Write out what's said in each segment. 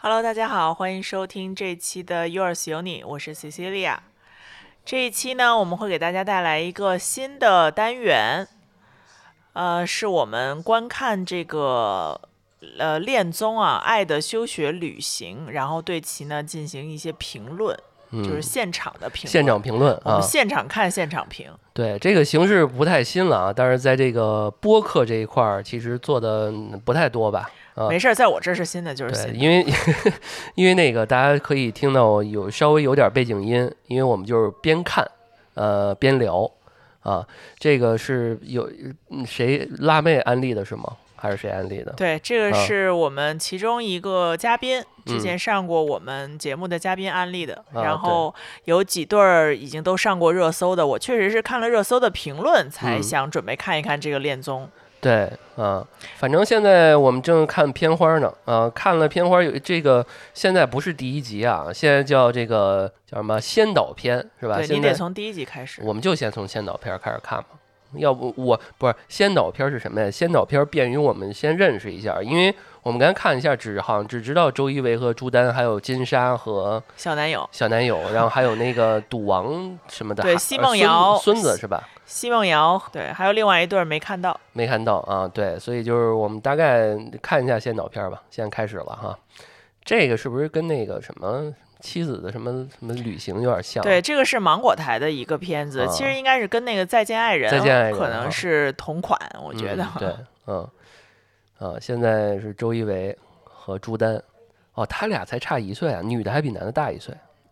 Hello，大家好，欢迎收听这一期的 Yours 有你，我是 Cecilia。这一期呢，我们会给大家带来一个新的单元，是我们观看这个恋综啊，《爱的修学旅行》，然后对其呢进行一些评论，就是现场的评论， 现场评论啊， 我们现场看现场评。 对，这个形式不太新了啊，但是在这个播客这一块儿，其实做的不太多吧。 没事，在我这是新的，就是新的。 对，因为那个大家可以听到稍微有点背景音，因为我们就是边看边聊啊。这个是谁辣妹安利的是吗？还是谁安利的？ 对，这个是我们其中一个嘉宾，之前上过我们节目的嘉宾安利的，然后有几对儿已经都上过热搜的，我确实是看了热搜的评论才想准备看一看这个恋综。 对，反正现在我们正看片花呢，看了片花有这个，现在不是第一集啊，现在叫这个叫什么先导片是吧？ 对，你得从第一集开始。 我们就先从先导片开始看嘛，要不不是先导片是什么呀？先导片便于我们先认识一下，因为我们刚才看一下，好像只知道周一围和朱丹，还有金莎和小男友， 然后还有那个赌王什么的， 对，奚梦瑶孙子是吧？ 奚梦瑶，对，还有另外一对没看到啊，对，所以就是我们大概看一下先导片吧，现在开始了哈。这个是不是跟那个什么妻子的什么旅行有点像？ 对，这个是芒果台的一个片子，其实应该是跟那个再见爱人可能是同款，我觉得。 对，现在是周一围和朱丹，哦，他俩才差1岁啊，女的还比男的大1岁。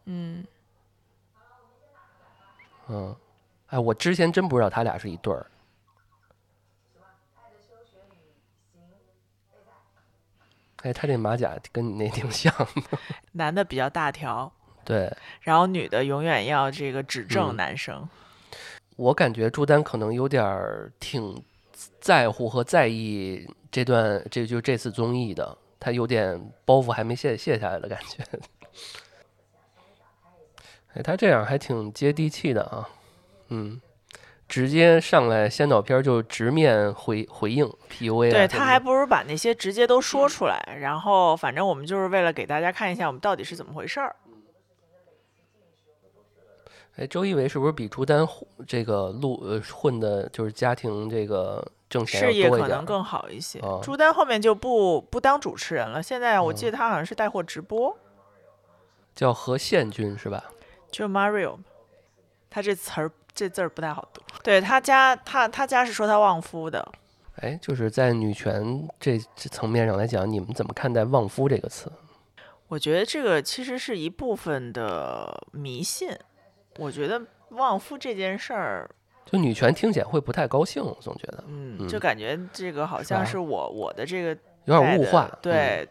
哎，我之前真不知道他俩是一对儿。哎，他这马甲跟你那挺像的。 男的比较大条， 对， 然后女的永远要这个指正男生。 我感觉朱丹可能有点挺在乎和在意这次综艺的，他有点包袱还没卸下来的感觉。哎，他这样还挺接地气的啊。直接上来先导片就直面回应 PUA 对，他还不如把那些直接都说出来，然后反正我们就是为了给大家看一下我们到底是怎么回事儿。 哎，周一围是不是比朱丹这个混的就是家庭这个挣钱事业可能更好一些？朱丹后面就不当主持人了，现在我记得他好像是带货直播， 叫何宪君是吧？ 就 Mario， 他这字儿不太好读。对，他家是说他旺夫的。 哎，就是在女权这层面上来讲，你们怎么看待旺夫这个词？ 我觉得这个其实是一部分的迷信。我觉得旺夫这件事儿， 就女权听起来会不太高兴，我总觉得， 就感觉这个好像是我的这个有点物化。 对。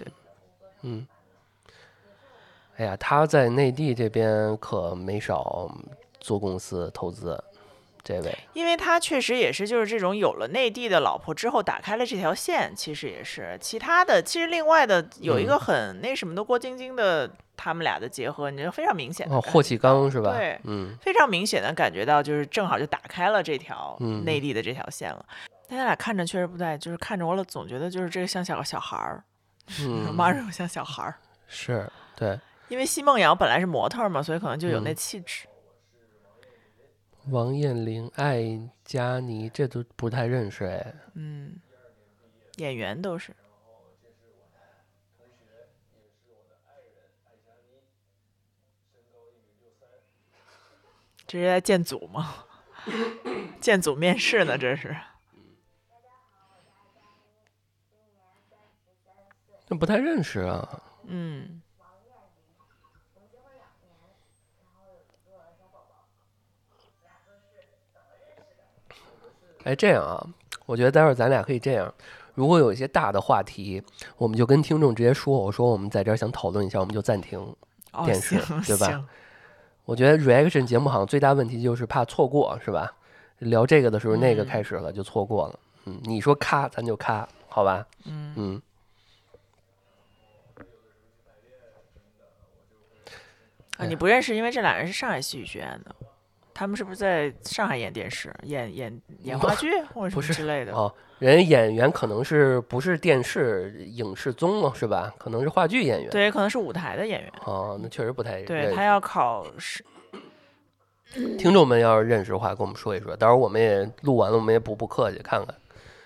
哎呀，他在内地这边可没少做公司投资，这位， 因为他确实也是就是这种有了内地的老婆之后打开了这条线，其实也是其他的，其实另外的有一个很那什么的郭晶晶的他们俩的结合，你就非常明显的霍启刚是吧？ 对，非常明显的感觉到就是正好就打开了这条内地的这条线了。但他俩看着确实不太，就是看着我了总觉得就是这个像小孩儿，Mario 像小孩儿， 是对。 因为奚梦瑶本来是模特嘛，所以可能就有那气质。 王彦霖、艾嘉妮，这都不太认识哎。 演员都是。这是在建组吗？建组面试呢，这是。 那不太认识啊。哎，这样啊，我觉得待会儿咱俩可以这样，如果有一些大的话题，我们就跟听众直接说，我说我们在这儿想讨论一下，我们就暂停电视，对吧？我觉得 reaction 节目好像最大问题就是怕错过，是吧？聊这个的时候，那个开始了就错过了。你说咔，咱就咔，好吧？ 你不认识，因为这俩人是上海戏剧学院的。 他们是不是在上海演电视、演话剧或者什么之类的？ 哦，人演员可能不是电视影视综了是吧？可能是话剧演员。 对，可能是舞台的演员。 哦，那确实不太认识。 对，他要考试。 听众们要是认识的话，跟我们说一说，到时候我们也录完了，我们也不客气看看。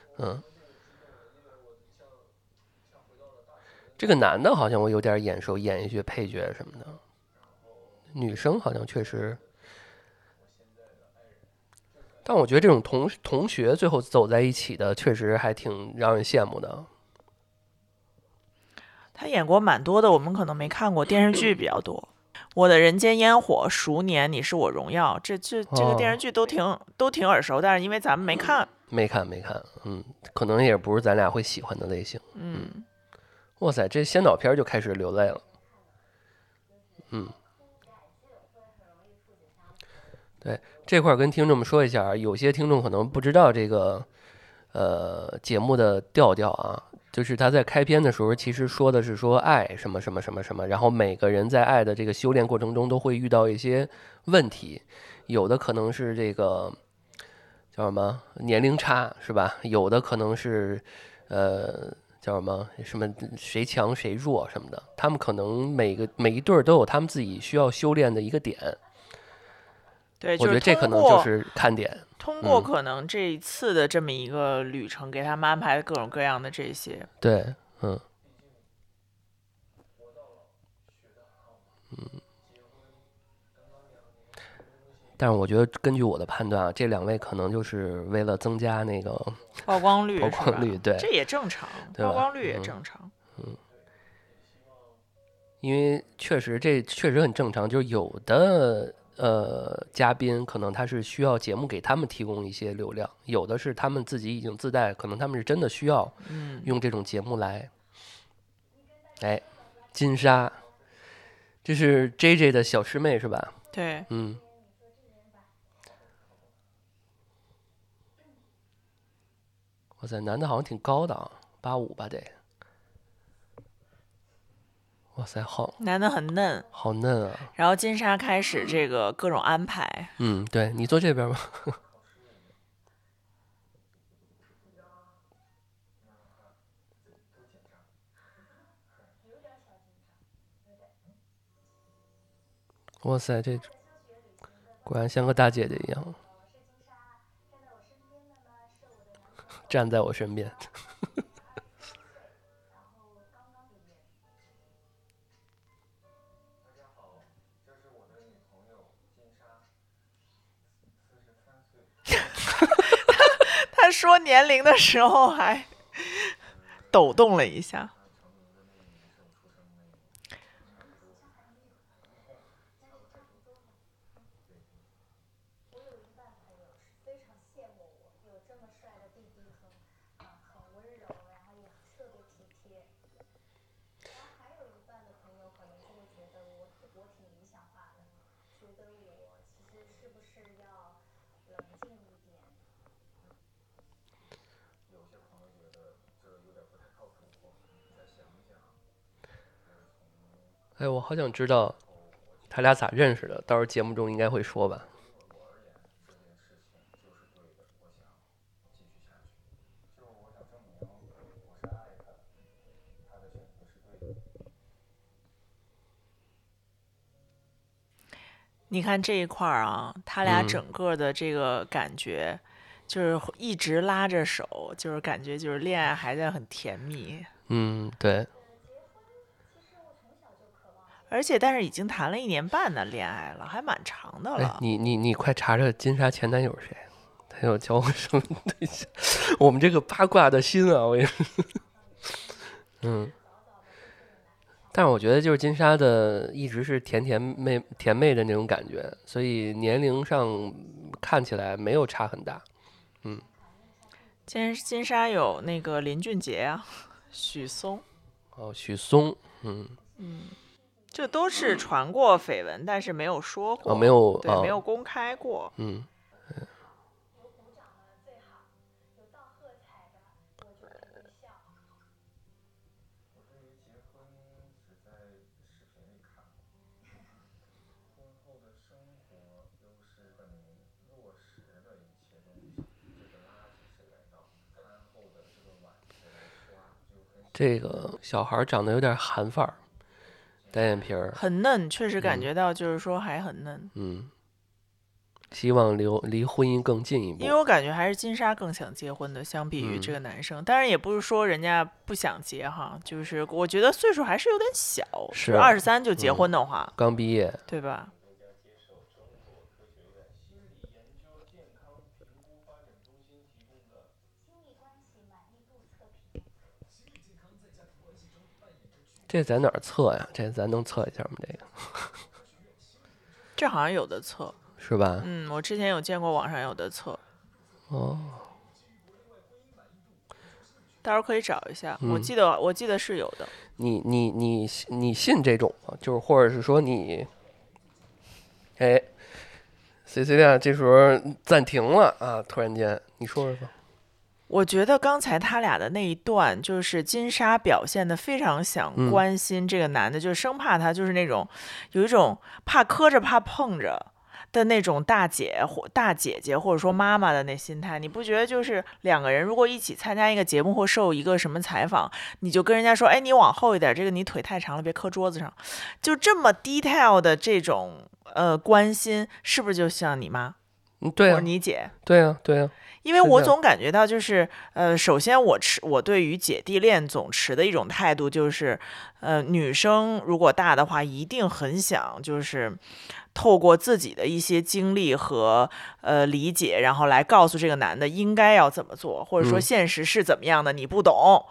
这个男的好像我有点眼熟，演一些配角什么的。女生好像确实，但我觉得这种同学最后走在一起的，确实还挺让人羡慕的。 他演过蛮多的，我们可能没看过，电视剧比较多。我的人间烟火、熟年、你是我荣耀，这个电视剧都挺耳熟，但是因为咱们没看， 没看，可能也不是咱俩会喜欢的类型。哇塞，这先导片就开始流泪了。对，这块跟听众们说一下，有些听众可能不知道这个节目的调调啊，就是他在开篇的时候其实说的是说爱什么什么什么什么，然后每个人在爱的这个修炼过程中都会遇到一些问题，有的可能是这个叫什么年龄差是吧？有的可能是叫什么谁强谁弱什么的，他们可能每一对都有他们自己需要修炼的一个点。 对， 我觉得这可能就是看点。 通过可能这一次的这么一个旅程，给他们安排各种各样的这些。 对，但是我觉得根据我的判断啊，这两位可能就是为了增加那个曝光率， 对， 这也正常，曝光率也正常。 因为这确实很正常，就是有的嘉宾可能他是需要节目给他们提供一些流量，有的是他们自己已经自带，可能他们是真的需要用这种节目来。哎，金莎，这是 JJ 的小师妹是吧？ 对， 哇塞，男的好像挺高的啊，85吧得。哇塞， 男的很嫩， 好嫩啊！ 然后金莎开始这个各种安排。 对，你坐这边吧。哇塞，这果然像个大姐姐一样，站在我身边。 他说年龄的时候还抖动了一下。 哎，我好想知道他俩咋认识的，到时候节目中应该会说吧。 你看这一块啊，他俩整个的这个感觉，就是一直拉着手，就是感觉就是恋爱还在很甜蜜。 对。 而且但是已经谈了1年半的恋爱了，还蛮长的了。 你快查查金莎前男友是谁？他有交过什么对象？我们这个八卦的心啊，我也是。但是我觉得就是金莎的一直是甜妹的那种感觉，所以年龄上看起来没有差很大。 金莎有那个林俊杰啊，许嵩。 许嵩， 这都是传过绯闻，但是没有说过， 没有， 对，没有公开过。 这个小孩长得有点韩范儿，单眼皮儿， 很嫩，确实感觉到就是说还很嫩。 希望离婚姻更近一步。 因为我感觉还是金莎更想结婚的，相比于这个男生。当然也不是说人家不想结哈，就是我觉得岁数还是有点小，是23就结婚的话， 刚毕业， 对吧？ 这在哪儿测呀？这咱能测一下吗？ 这好像有的测， 是吧？ 我之前有见过网上有的测。 哦， 到时候可以找一下，我记得是有的。 你信这种吗？就是或者是说你，哎，Cecilia 这时候暂停了啊！突然间，你说说吧。 我觉得刚才他俩的那一段，就是金莎表现的非常想关心这个男的，就是生怕他就是那种有一种怕磕着怕碰着的那种大姐姐或者说妈妈的那心态。你不觉得就是两个人如果一起参加一个节目或受一个什么采访，你就跟人家说，哎，你往后一点，这个你腿太长了，别磕桌子上，就这么 detail 的这种关心，是不是就像你妈？ 对啊， 或者你姐？ 对啊，对啊。 因为我总感觉到就是，首先我对于姐弟恋总持的一种态度就是，女生如果大的话，一定很想就是透过自己的一些经历和理解，然后来告诉这个男的应该要怎么做，或者说现实是怎么样的，你不懂。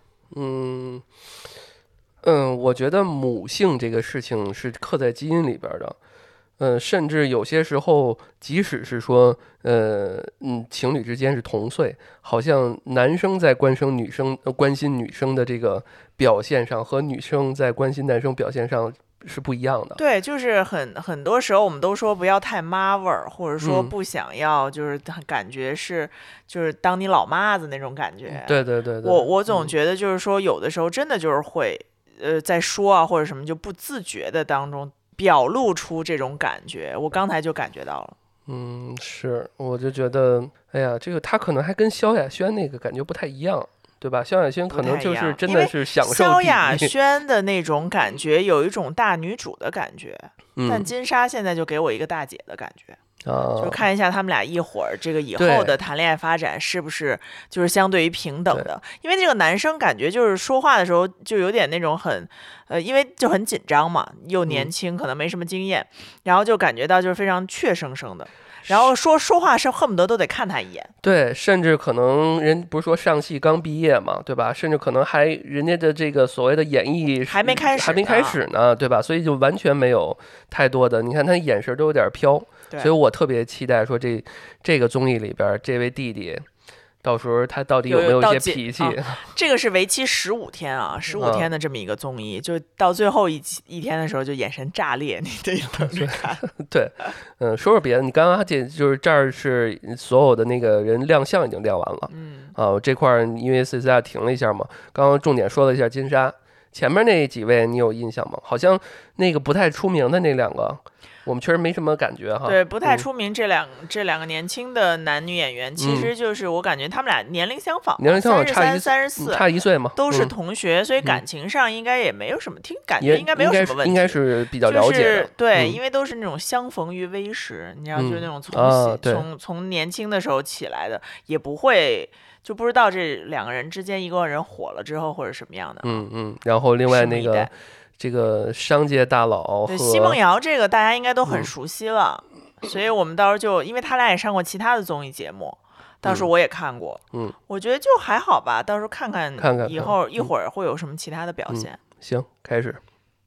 我觉得母性这个事情是刻在基因里边的。甚至有些时候，即使是说，情侣之间是同岁，好像男生在关心女生的这个表现上，和女生在关心男生表现上是不一样的。 对，就是很多时候我们都说不要太妈味儿，或者说不想要，就是感觉是就是当你老妈子那种感觉。 对。 我总觉得就是说，有的时候真的就是会，在说啊或者什么就不自觉的当中。表露出这种感觉，我刚才就感觉到了。 是，我就觉得，哎呀，这个他可能还跟萧亚轩那个感觉不太一样，对吧？萧亚轩可能就是真的是享受萧亚轩的那种感觉有一种大女主的感觉，但金莎现在就给我一个大姐的感觉。就看一下他们俩一会儿这个以后的谈恋爱发展是不是就是相对于平等的，因为这个男生感觉就是说话的时候就有点那种很因为就很紧张嘛，又年轻可能没什么经验，然后就感觉到就是非常怯生生的，然后说话是恨不得都得看他一眼。 对，甚至可能人不是说上戏刚毕业嘛，对吧？甚至可能还人家的这个所谓的演绎还没开始呢，对吧？所以就完全没有太多的，你看他眼神都有点飘。所以我特别期待说这个综艺里边这位弟弟到时候他到底有没有一些脾气。 这个是为期15天啊，15天的这么一个综艺，就到最后一天的时候就眼神炸裂，你得等着看。 对，说说别的，你刚刚就是这儿是所有的那个人亮相已经亮完了。这块因为 Cecilia 停了一下嘛，刚刚重点说了一下金莎，前面那几位你有印象吗？好像那个不太出名的那两个我们确实没什么感觉哈。 对，不太出名。这两个年轻的男女演员，其实就是我感觉他们俩年龄相仿，33、34， 差1岁嘛， 都是同学，所以感情上应该也没有什么，感觉应该没有什么问题， 应该是比较了解的。 对，因为都是那种相逢于微时，你知道，就是那种从年轻的时候起来的，也不会就不知道这两个人之间一个人火了之后或者什么样的。 然后另外那个。这个商界大佬和奚梦瑶，这个大家应该都很熟悉了，所以我们到时候就因为他俩也上过其他的综艺节目，到时候我也看过，我觉得就还好吧，到时候看看以后一会儿会有什么其他的表现。 行，开始。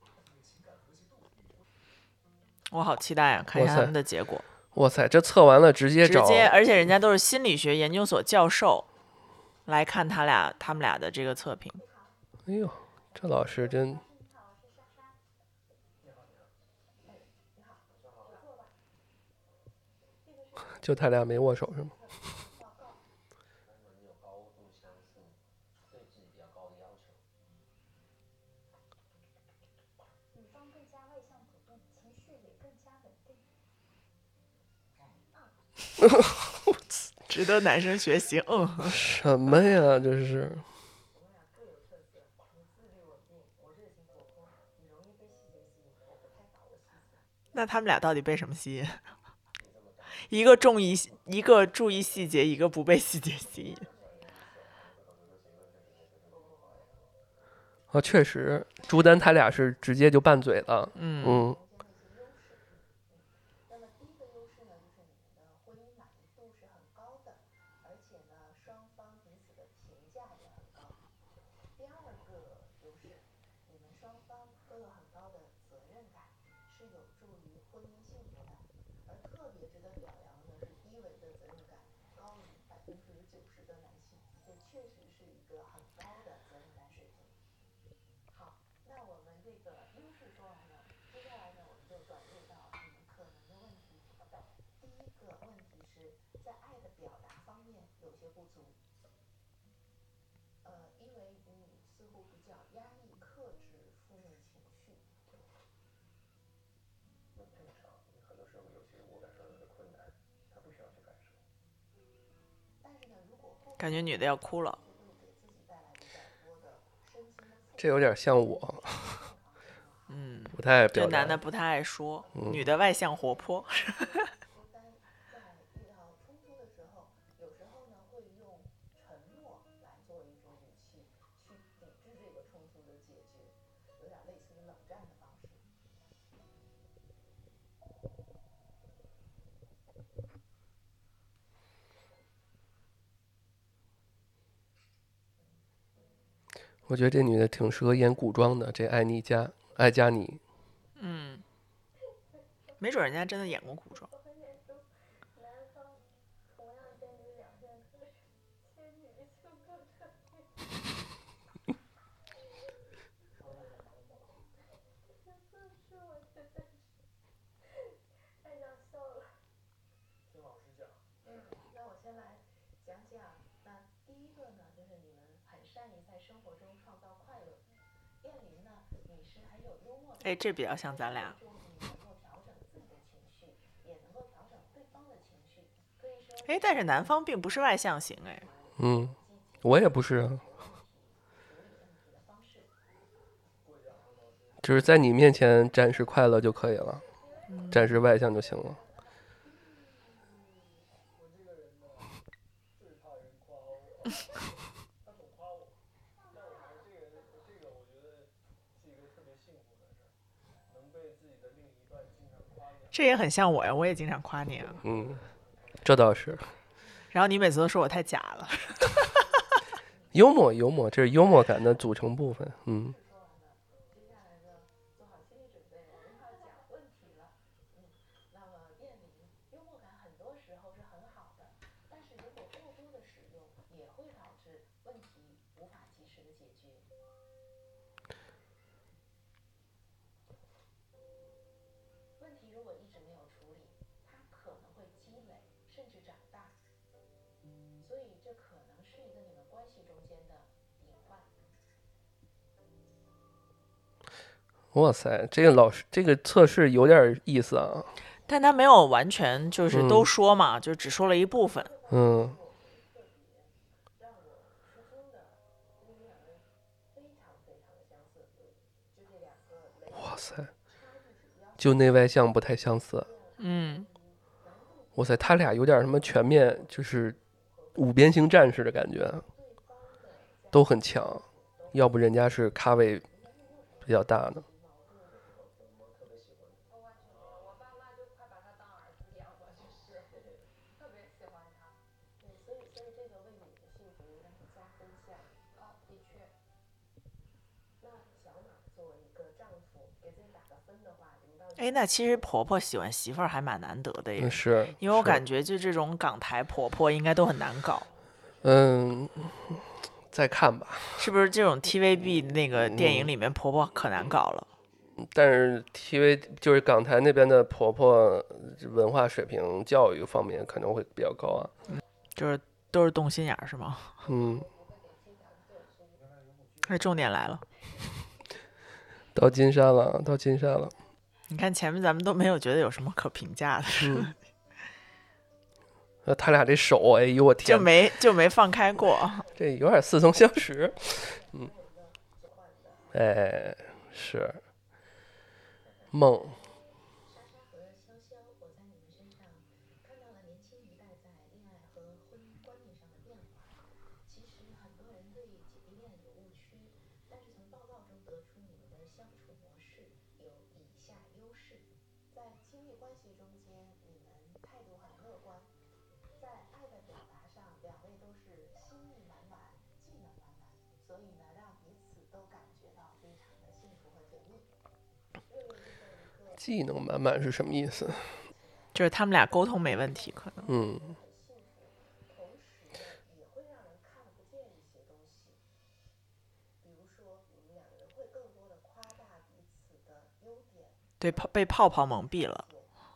我好期待啊，看一下他们的结果。 哇塞，这测完了直接， 而且人家都是心理学研究所教授来看他们俩的这个测评。 哎呦，这老师真。就他俩没握手是吗？ 值得男生学习。 什么呀，这是。 那他们俩到底被什么吸引？一个注意细节，一个不被细节吸引。 确实，朱丹他俩是直接就拌嘴了。 感觉女的要哭了。 这有点像我。不太表达。 这男的不太爱说，女的外向活泼。 我觉得这女的挺适合演古装的，这艾嘉妮。 没准人家真的演过古装。哎，这比较像咱俩。哎，但是男方并不是外向型哎。 我也不是啊。就是在你面前展示快乐就可以了，展示外向就行了。 这也很像我呀，我也经常夸你啊。 这倒是。 然后你每次都说我太假了。 幽默，这是幽默感的组成部分。哇塞，这个老师这个测试有点意思啊。 但他没有完全就是都说嘛，就只说了一部分。 哇塞，就内外向不太相似。哇塞，他俩有点什么全面，就是五边形战士的感觉，都很强。要不人家是咖位比较大的。 哎，那其实婆婆喜欢媳妇儿还蛮难得的耶。 是， 因为我感觉就这种港台婆婆应该都很难搞。 再看吧。 是不是这种 TVB 那个电影里面婆婆可难搞了？ 但是 TV 就是港台那边的婆婆文化水平、教育方面可能会比较高啊。 就是都是动心眼是吗？那重点来了。 到金山了。 你看前面咱们都没有觉得有什么可评价的。 他俩这手，哎呦我天， 就没放开过， 这有点似曾相识。哎，是梦。技能满满是什么意思？ 就是他们俩沟通没问题，可能。对，被泡泡蒙蔽了。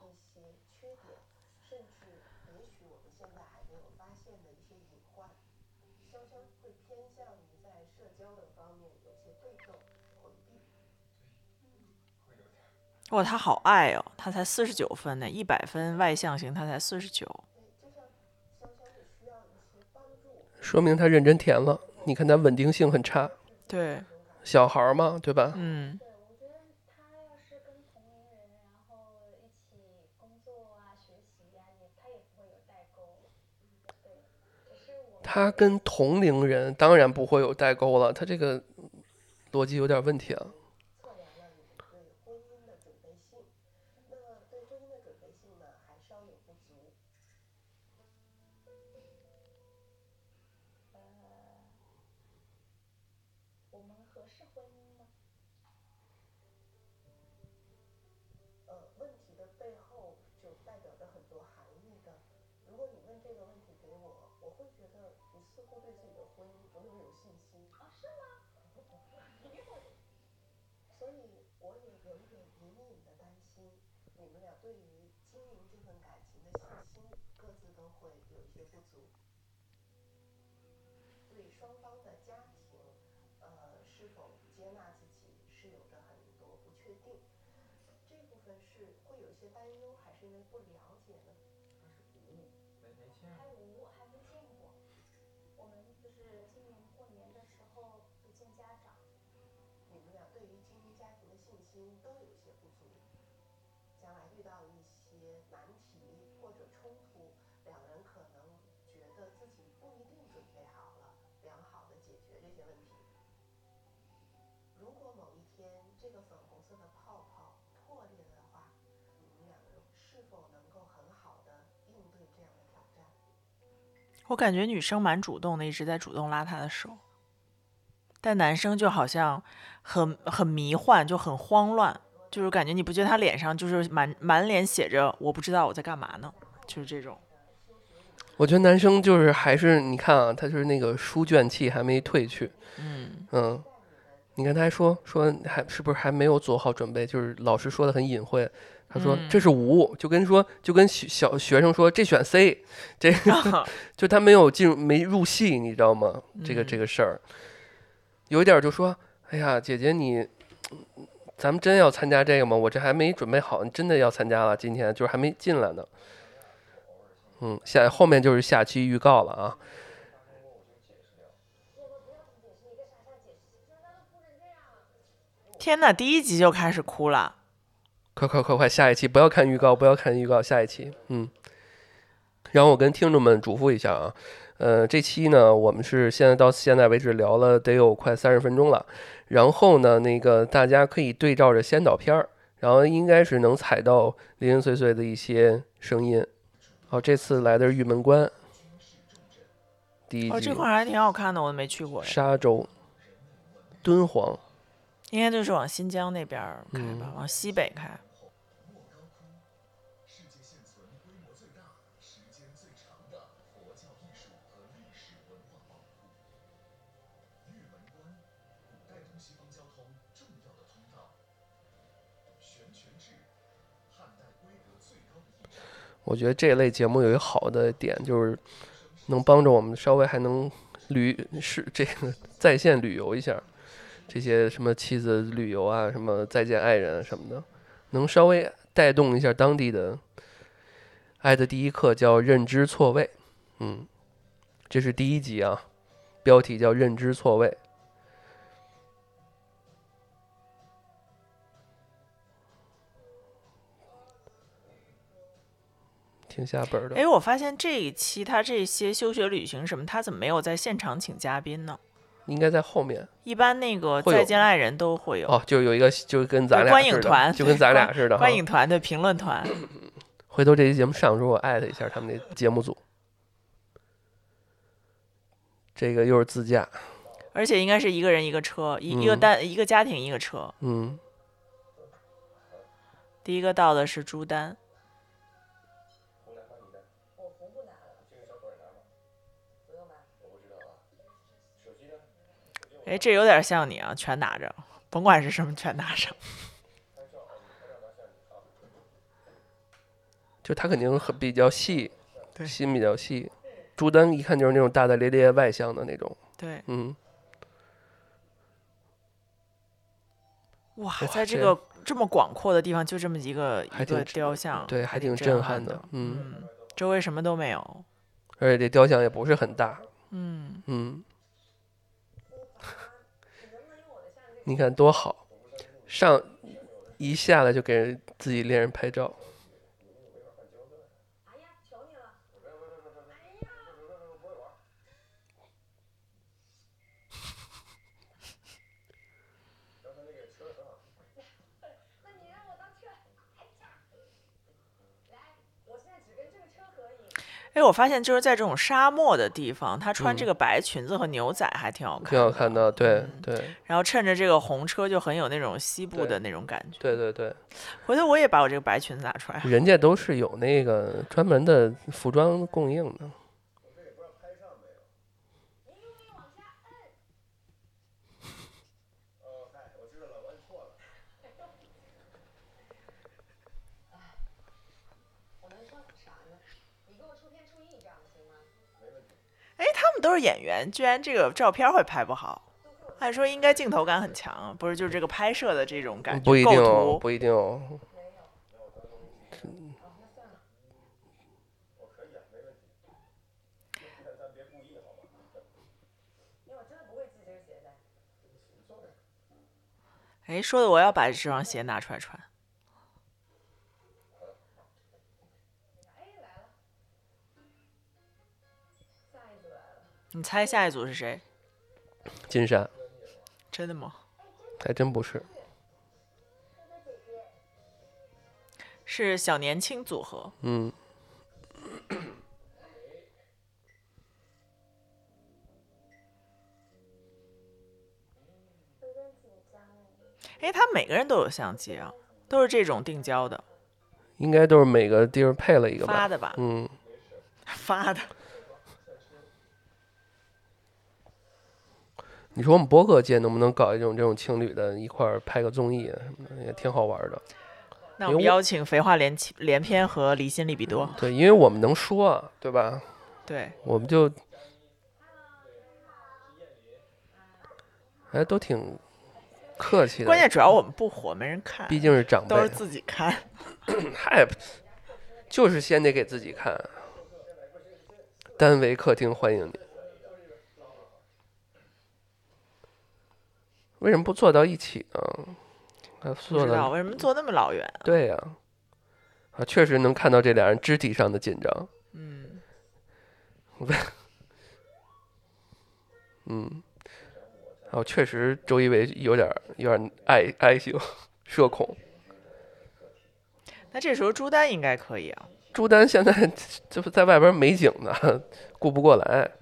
哇，他好爱哦，他才49分呢，100分外向型，他才49， 说明他认真填了。你看他稳定性很差。 对， 小孩嘛，对吧？他跟同龄人当然不会有代沟了，他这个逻辑有点问题啊。 我感觉女生蛮主动的，一直在主动拉他的手，但男生就好像很迷幻，就很慌乱，就是感觉你不觉得他脸上就是满脸写着我不知道我在干嘛呢，就是这种。 我觉得男生就是还是你看啊，他就是那个书卷气还没退去。你看他还说还是不是还没有做好准备，就是老师说的很隐晦。他说这是5，就跟小学生说这选 C， 这个就他没入戏，你知道吗？这个事儿，有一点就说，哎呀，姐姐咱们真要参加这个吗？我这还没准备好，你真的要参加了？今天就是还没进来呢。后面就是下期预告了啊。 天哪，第1集就开始哭了。 快！下一期不要看预告，下一期。然后我跟听众们嘱咐一下啊，这期呢，我们是到现在为止聊了得有快30分钟了。然后呢，那个大家可以对照着先导片儿，然后应该是能采到零零碎碎的一些声音。好，这次来的是玉门关，第1集。 这块还挺好看的，我都没去过。 沙洲、敦煌， 应该就是往新疆那边开吧，往西北开。 我觉得这类节目有一个好的点，就是能帮着我们稍微还能这个在线旅游一下，这些什么妻子旅游啊，什么再见爱人啊什么的，能稍微带动一下当地的爱的第一课叫认知错位，这是第1集啊，标题叫认知错位。挺下本的。 哎，我发现这一期他这些休学旅行什么，他怎么没有在现场请嘉宾呢？ 应该在后面。 一般那个再见爱人都会有哦，就有一个就跟咱俩观影团， 就跟咱俩似的观影团的评论团。 回头这期节目上的时候，我艾特一下他们那节目组。这个又是自驾， 而且应该是一个人一个车，一个家庭一个车。第一个到的是朱丹。哎，这有点像你啊，全拿着，甭管是什么，全拿着。 就他肯定比较细，心比较细。朱丹一看就是那种大大咧咧、外向的那种。 对，哇，在这么广阔的地方，就这么一个雕像， 对，还挺震撼的。周围什么都没有， 而且这雕像也不是很大。你看多好，一下来就给人自己恋人拍照。 哎，我发现就是在这种沙漠的地方，她穿这个白裙子和牛仔还挺好看的， 挺好看的，对对。 然后趁着这个红车，就很有那种西部的那种感觉。 对对对。 回头我也把我这个白裙子拿出来。 人家都是有那个专门的服装供应的。 哎，他们都是演员，居然这个照片会拍不好。按说应该镜头感很强，不是？就是这个拍摄的这种感觉， 不一定哦， 不一定哦。 哎，说的我要把这双鞋拿出来穿。你猜下一组是谁？ 金莎。 真的吗？ 还真不是。 是小年轻组合。哎，他们每个人都有相机啊，都是这种定焦的。 应该都是每个地方配了一个吧？ 发的吧？发的。 你说我们播客界能不能搞一种这种情侣的一块儿拍个综艺什么的，也挺好玩的。 那我们邀请肥话连篇和离心利比多。 对，因为我们能说，对吧？ 对， 我们就都挺客气的。 关键主要我们不火，没人看， 毕竟是长辈， 都是自己看。 嗨，就是先得给自己看。单为客厅欢迎你。为什么不坐到一起呢？ 不知道为什么坐那么老远。 对呀，确实能看到这俩人肢体上的紧张。确实周一围有点爱性社恐。 那这时候朱丹应该可以啊。 朱丹现在就在外边美景呢，顾不过来。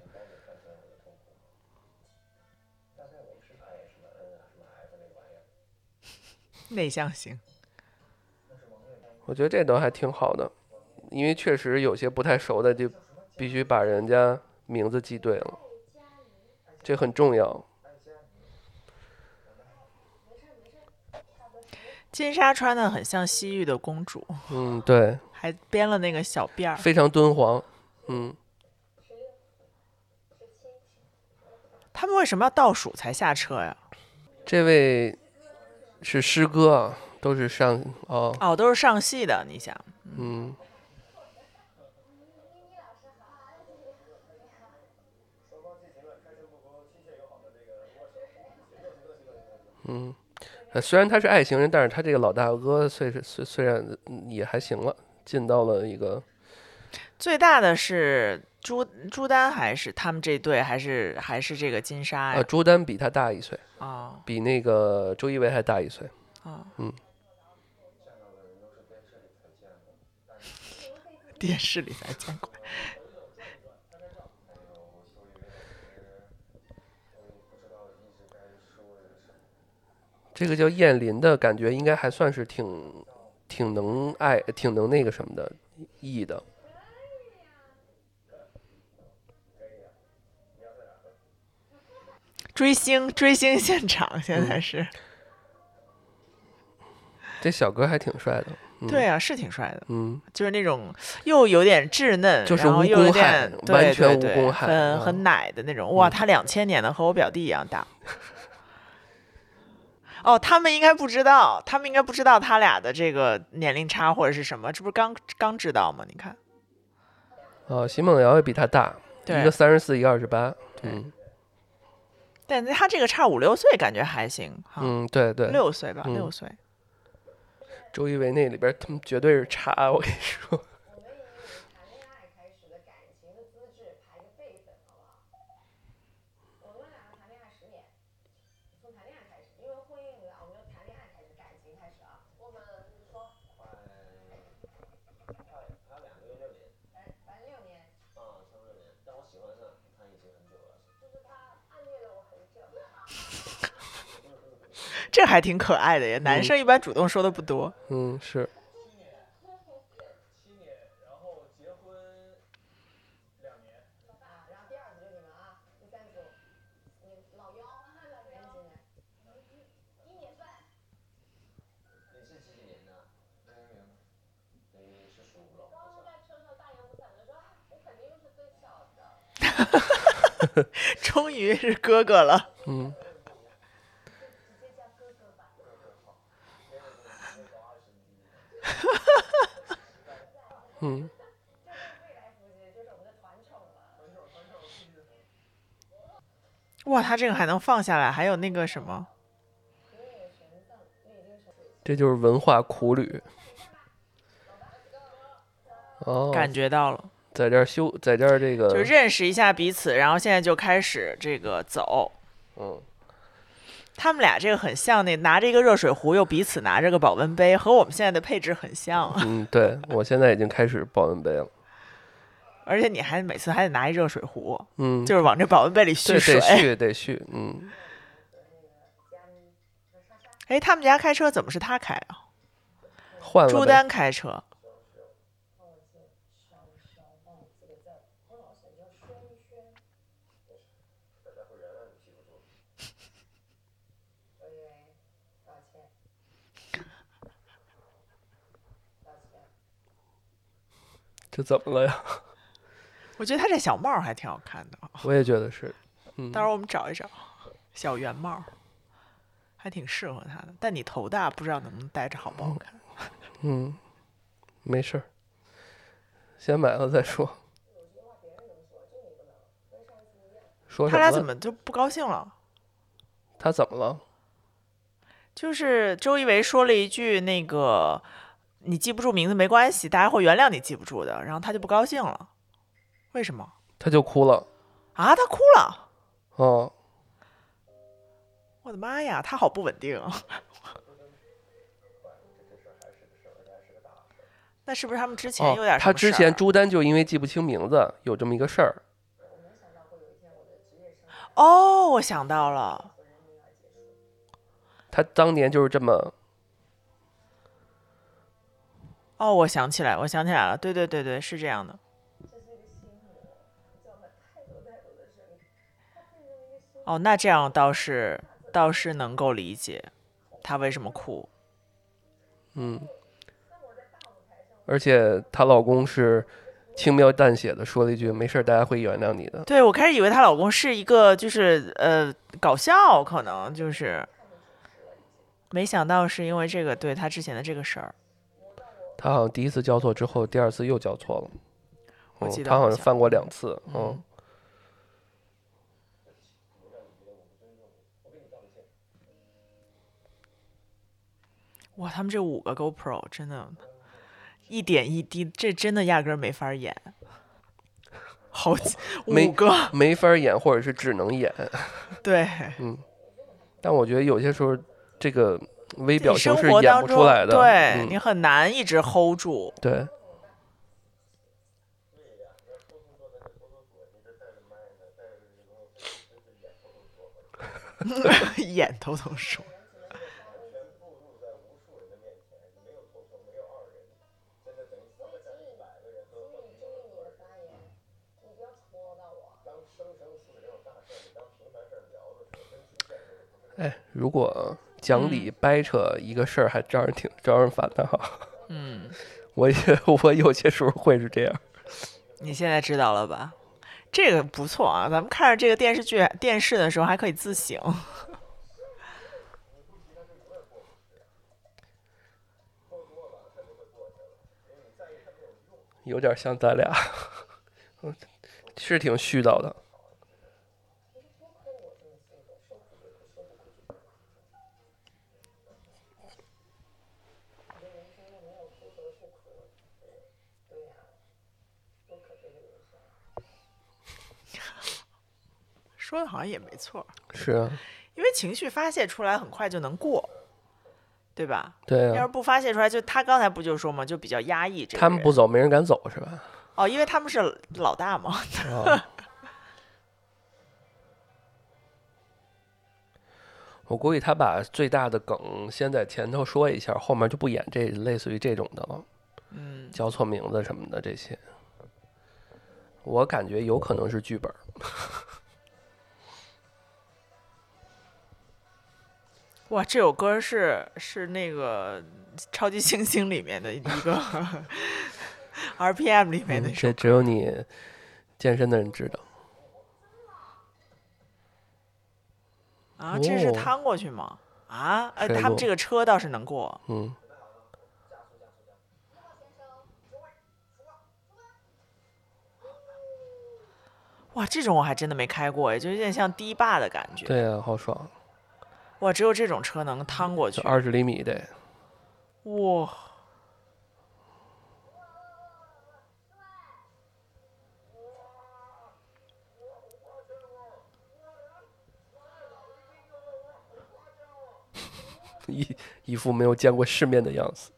内向型。 我觉得这都还挺好的，因为确实有些不太熟的就必须把人家名字记对了，这很重要。 金莎穿的很像西域的公主。 对。 还编了那个小辫儿， 非常敦煌。 他们为什么要倒数才下车呀？ 这位是师哥啊，都是上都是上戏的，你想。 虽然他是爱情人，但是他这个老大哥虽然也还行了，进到了一个最大的是朱丹还是他们这队还是这个金莎呀？ 朱丹比他大1岁啊， 比那个周一围还大1岁啊，电视里才见过。 这个叫燕林的感觉，应该还算是挺能爱、挺能那个什么的意的。 追星现场现在是， 这小哥还挺帅的。 对啊，是挺帅的。 就是那种又有点稚嫩， 就是然后又有点完全无公害， 很奶的那种。哇，他2000年的，和我表弟一样大。哦，他们应该不知道他俩的这个年龄差或者是什么，这不是刚知道吗？你看， 奚梦瑶也比他大，一个34，一个28。 但他这个差5、6岁，感觉还行。 对 ，6岁吧，6岁。 周一围那里边，他们绝对是差，我跟你说。 这还挺可爱的耶，男生一般主动说的不多。 是。 终于是哥哥了。 哇，他这个还能放下来，还有那个什么， 这就是文化苦旅。 感觉到了， 在这儿这个就认识一下彼此，然后现在就开始这个走。他们俩这个很像，那拿着一个热水壶，又彼此拿着个保温杯，和我们现在的配置很像。 对，我现在已经开始保温杯了。 而且你还每次还得拿一热水壶，就是往这保温杯里蓄水， 得蓄， 哎，他们家开车怎么是他开啊？ 换了朱丹开车。 这怎么了呀？ 我觉得他这小帽还挺好看的。 我也觉得是。 到时候我们找一找小圆帽，还挺适合他的。但你头大，不知道能不能戴着好不好看。 没事，先买了再说。说什么了？ 他俩怎么就不高兴了？ 他怎么了？ 就是周一围说了一句那个。你记不住名字没关系，大家会原谅你记不住的。然后他就不高兴了，为什么？ 他就哭了啊！他哭了。 我的妈呀，他好不稳定啊！那是不是他们之前有点什么事儿？ 他之前朱丹就因为记不清名字，有这么一个事儿。 我想到了， 他当年就是这么。 我想起来了，对，是这样的。那这样倒是能够理解他为什么哭。 而且她老公是轻描淡写的说了一句：“没事，大家会原谅你的。” 对，我开始以为她老公是一个就是搞笑，可能就是，没想到是因为这个，对他之前的这个事儿。 他好像第一次交错之后，第二次又交错了。 我记得他好像犯过2次。 哇，他们这5个 GoPro 真的一点一滴，这真的压根儿没法演。好，5个没法演，或者是只能演。 对， 但我觉得有些时候这个微表情是生活当中演不出来的， 对、你很难一直 hold 住。 对。 演偷偷说。 哎，如果讲理掰扯一个事儿，还招人烦的哈。我有些时候会是这样。 你现在知道了吧？这个不错啊，咱们看着这个电视的时候还可以自省。 有点像咱俩，是挺絮叨的。 说的好像也没错。 是啊， 因为情绪发泄出来很快就能过，对吧？ 对啊。 要是不发泄出来，就他刚才不就说嘛，就比较压抑。 他们不走，没人敢走，是吧？ 哦，因为他们是老大嘛。 我估计他把最大的梗先在前头说一下，后面就不演这类似于这种的了。叫错名字什么的这些，我感觉有可能是剧本。 哇，这首歌是那个超级猩猩里面的一个RPM 里面的这只有你健身的人知道。 啊，这是趟过去吗？啊，他们这个车倒是能过。哇，这种我还真的没开过，就有点像堤坝的感觉。 对啊，好爽。 哇，只有这种车能趟过去。 20厘米的。 哇。 一副没有见过世面的样子。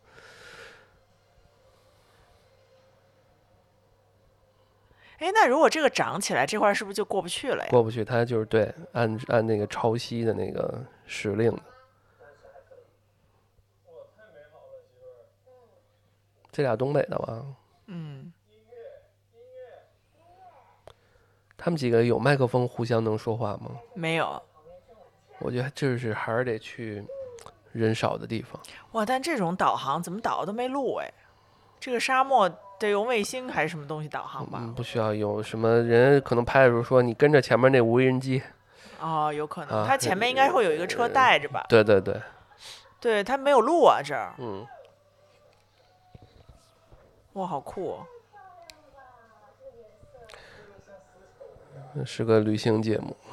哎，那如果这个涨起来，这块是不是就过不去了呀？ 过不去，它就是对，按那个潮汐的那个时令的。这俩东北的吧？他们几个有麦克风互相能说话吗？ 没有。 我觉得就是还是得去人少的地方。 哇，但这种导航怎么导都没路哎，这个沙漠得用卫星还是什么东西导航吧？ 不需要有什么人可能拍的时候说你跟着前面那无人机。 哦，有可能，他前面应该会有一个车带着吧？ 对对对。 对，他没有路啊这儿。哇，好酷哦！ 是个旅行节目。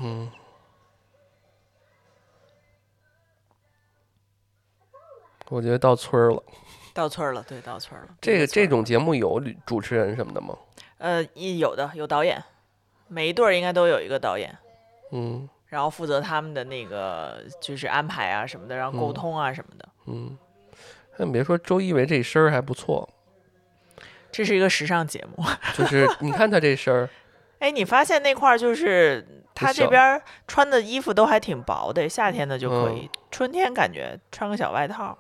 我觉得到村了。 到村了，对，到村了。 这种节目有主持人什么的吗？ 有的，有导演，每一对应该都有一个导演。然后负责他们的那个就是安排啊什么的，然后沟通啊什么的。 那你别说，周一围这身儿还不错。 这是一个时尚节目。 就是你看他这身儿。 哎，你发现那块就是他这边穿的衣服都还挺薄的，夏天的就可以，春天感觉穿个小外套。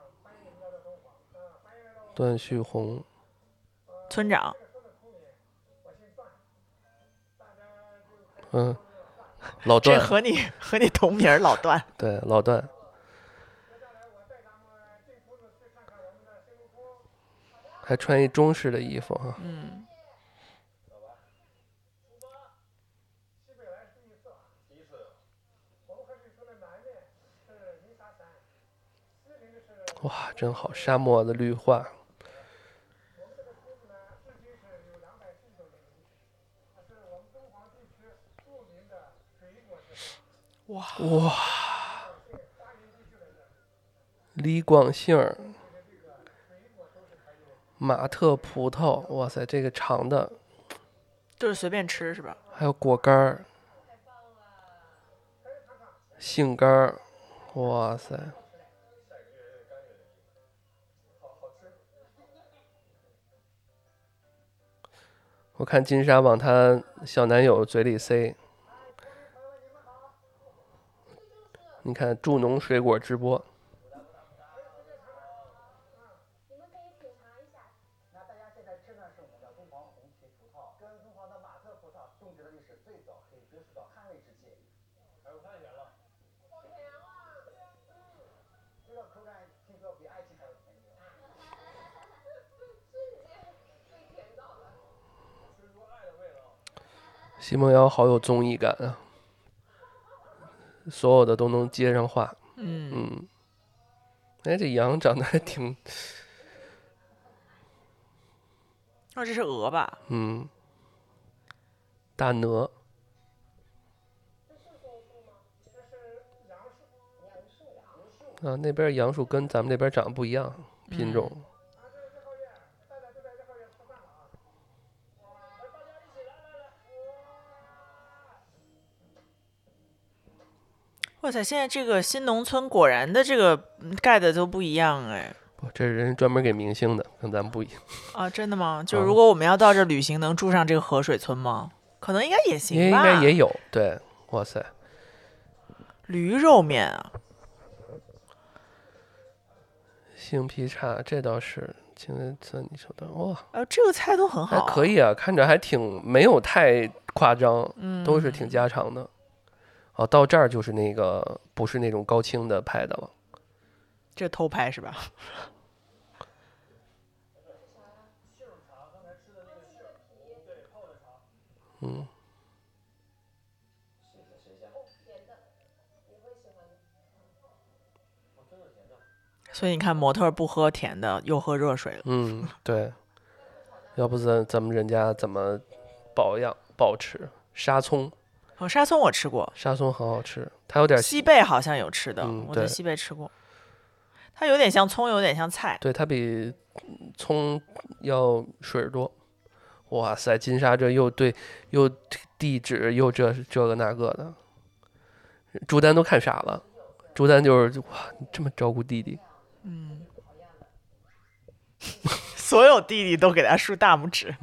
段旭红， 村长。 老段。 这和你同名老段。 对，老段。还穿一中式的衣服哈。哇，真好，沙漠的绿化。 哇， 李广杏儿、马特葡萄，哇塞，这个长的， 就是随便吃是吧？ 还有果干儿、杏干儿，哇塞！我看金莎往她小男友嘴里塞，你看助农水果直播。奚梦瑶好有综艺感啊，所有的都能接上话。哎，这羊长得还挺…… 哦，这是鹅吧？ 大鹅。啊，那边杨树跟咱们这边长得不一样，品种。 哇塞，现在这个新农村果然的这个盖的都不一样哎。 不，这人专门给明星的，跟咱们不一样。 啊，真的吗？就如果我们要到这旅行，能住上这个河水村吗？可能应该也行吧。 应该也有，对，哇塞。 驴肉面啊， 杏皮茶这倒是，今天你说的哇， 这个菜都很好， 还可以啊，看着还挺没有太夸张，都是挺家常的。哦，到这儿就是那个不是那种高清的拍的了， 这偷拍是吧？所以你看，模特不喝甜的，又喝热水了。 对，要不咱们人家怎么保持沙葱？ 沙葱我吃过， 沙葱很好吃，它有点西贝好像有吃的，我在西贝吃过。它有点像葱，有点像菜。 对，它比葱要水多。哇塞，金沙这又地址又这个那个的，朱丹都看傻了。朱丹就是哇，你这么照顾弟弟。 所有弟弟都给他竖大拇指。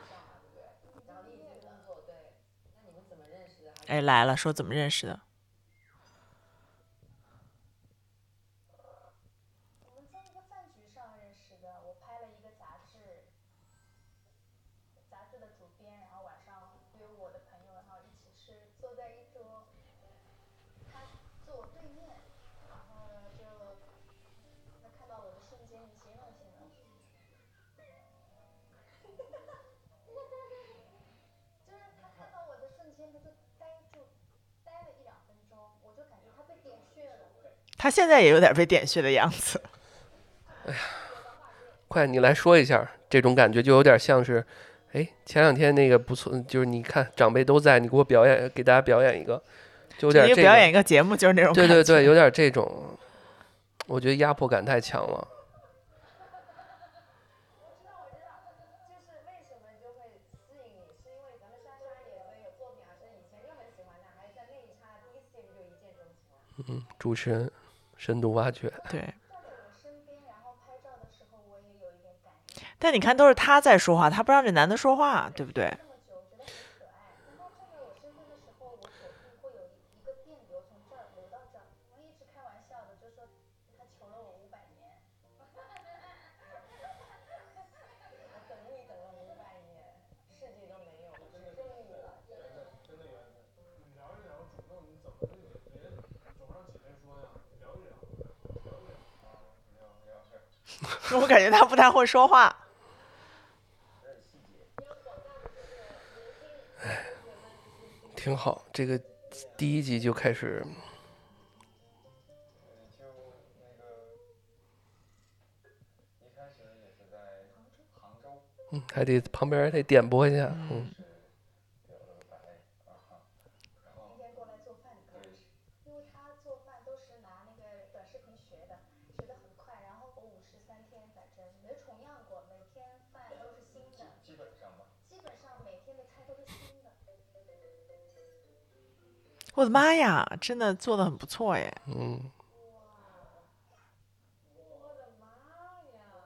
哎，来了，说怎么认识的？ 我们在一个饭局上认识的，我拍了一个杂志的主编，然后晚上约我的朋友，然后一起吃，坐在一桌，他坐我对面，然后呢就他看到我的瞬间，你形容。就是他看到我的瞬间，他就呆了1-2分钟，我就感觉他被点穴了。 他现在也有点被点穴的样子。 哎呀，快你来说一下，这种感觉就有点像是，哎，前2天那个不错，就是你看长辈都在，你给我表演，给大家表演一个，就有点这个表演一个节目，就是那种感觉。 对，有点这种，我觉得压迫感太强了。主持人深度挖掘。 对。但你看，都是他在说话，他不让这男的说话，对不对？我感觉他不太会说话。 挺好，这个第1集就开始。还得旁边还得点播一下。 我的妈呀，真的做的很不错耶。 嗯， 我的妈呀！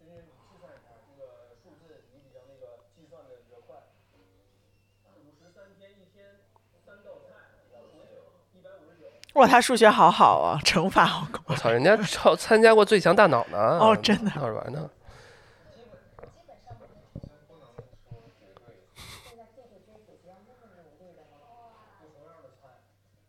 哇，他数学好好啊，乘法好快。 我操，人家参加过《最强大脑》 哦， 呢， 真的。 闹着玩呢。 基本上没有什么不能说绝对。现在弟弟追姐姐要那么努力的吗？哇！不同样的菜。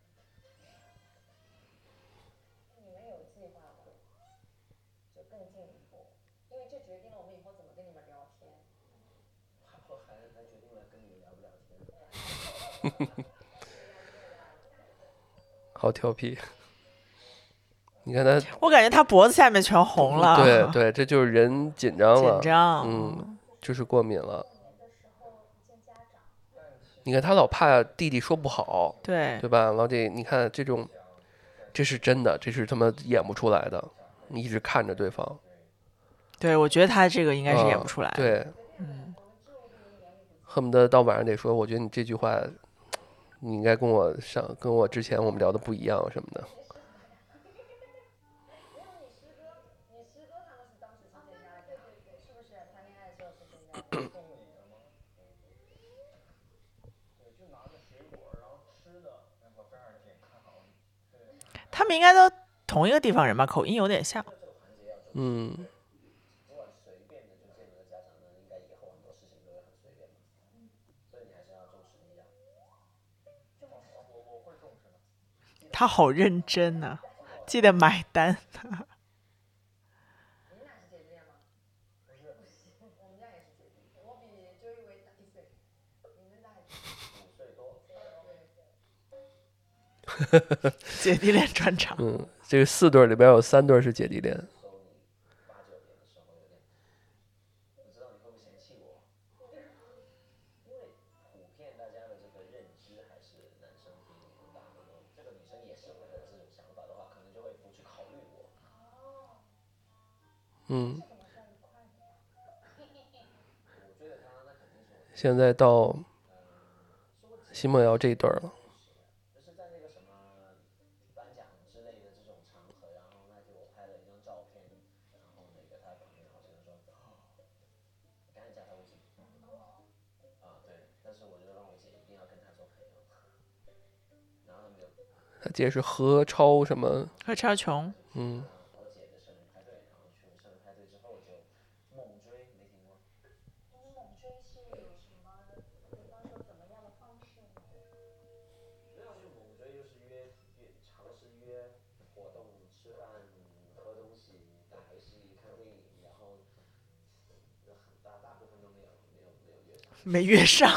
你们有计划吗？就更进一步，因为这决定了我们以后怎么跟你们聊天。还决定了跟你们聊不聊天。 好调皮。你看他， 我感觉他脖子下面全红了。 对对，这就是人紧张了， 紧张。 就是过敏了。你看他老怕弟弟说不好， 对对吧？老得你看这种，这是真的，这是他妈演不出来的。你一直看着对方。 对，我觉得他这个应该是演不出来的。 对，恨不得到晚上得说，我觉得你这句话，你应该跟我之前我们聊的不一样什么的。 他们应该都同一个地方人吧，口音有点像。 嗯。 他好认真呢、记得买单。 你们俩是姐弟恋吗？不是，我们家也是姐弟，我比周一围大1岁，你们俩5岁多。 姐弟恋专场。 这个4对里边有3对是姐弟恋。嗯，现在到奚梦瑶这一对了。他姐是何超什么？ 何超琼。 嗯。 没约上。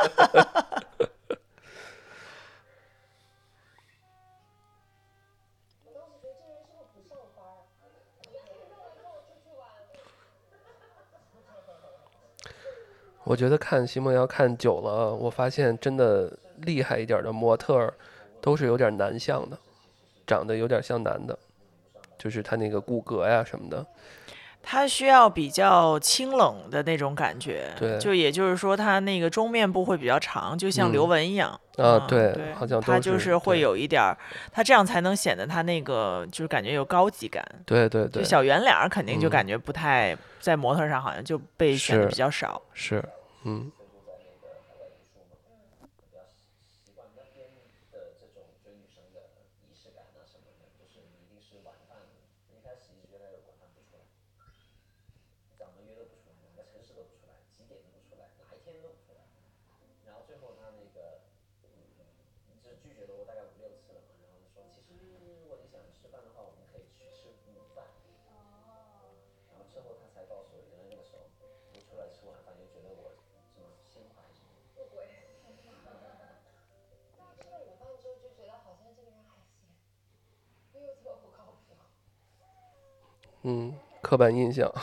我觉得看奚梦瑶看久了，我发现真的厉害一点的模特儿都是有点男相的，长得有点像男的，就是他那个骨骼呀什么的。 他需要比较清冷的那种感觉， 对， 就也就是说他那个中面部会比较长，就像刘雯一样。 对，好像他就是会有一点儿，他这样才能显得他那个就是感觉有高级感。 对对对， 就小圆脸肯定就感觉不太，在模特上好像就被选的比较少。 是，嗯。刻板印象。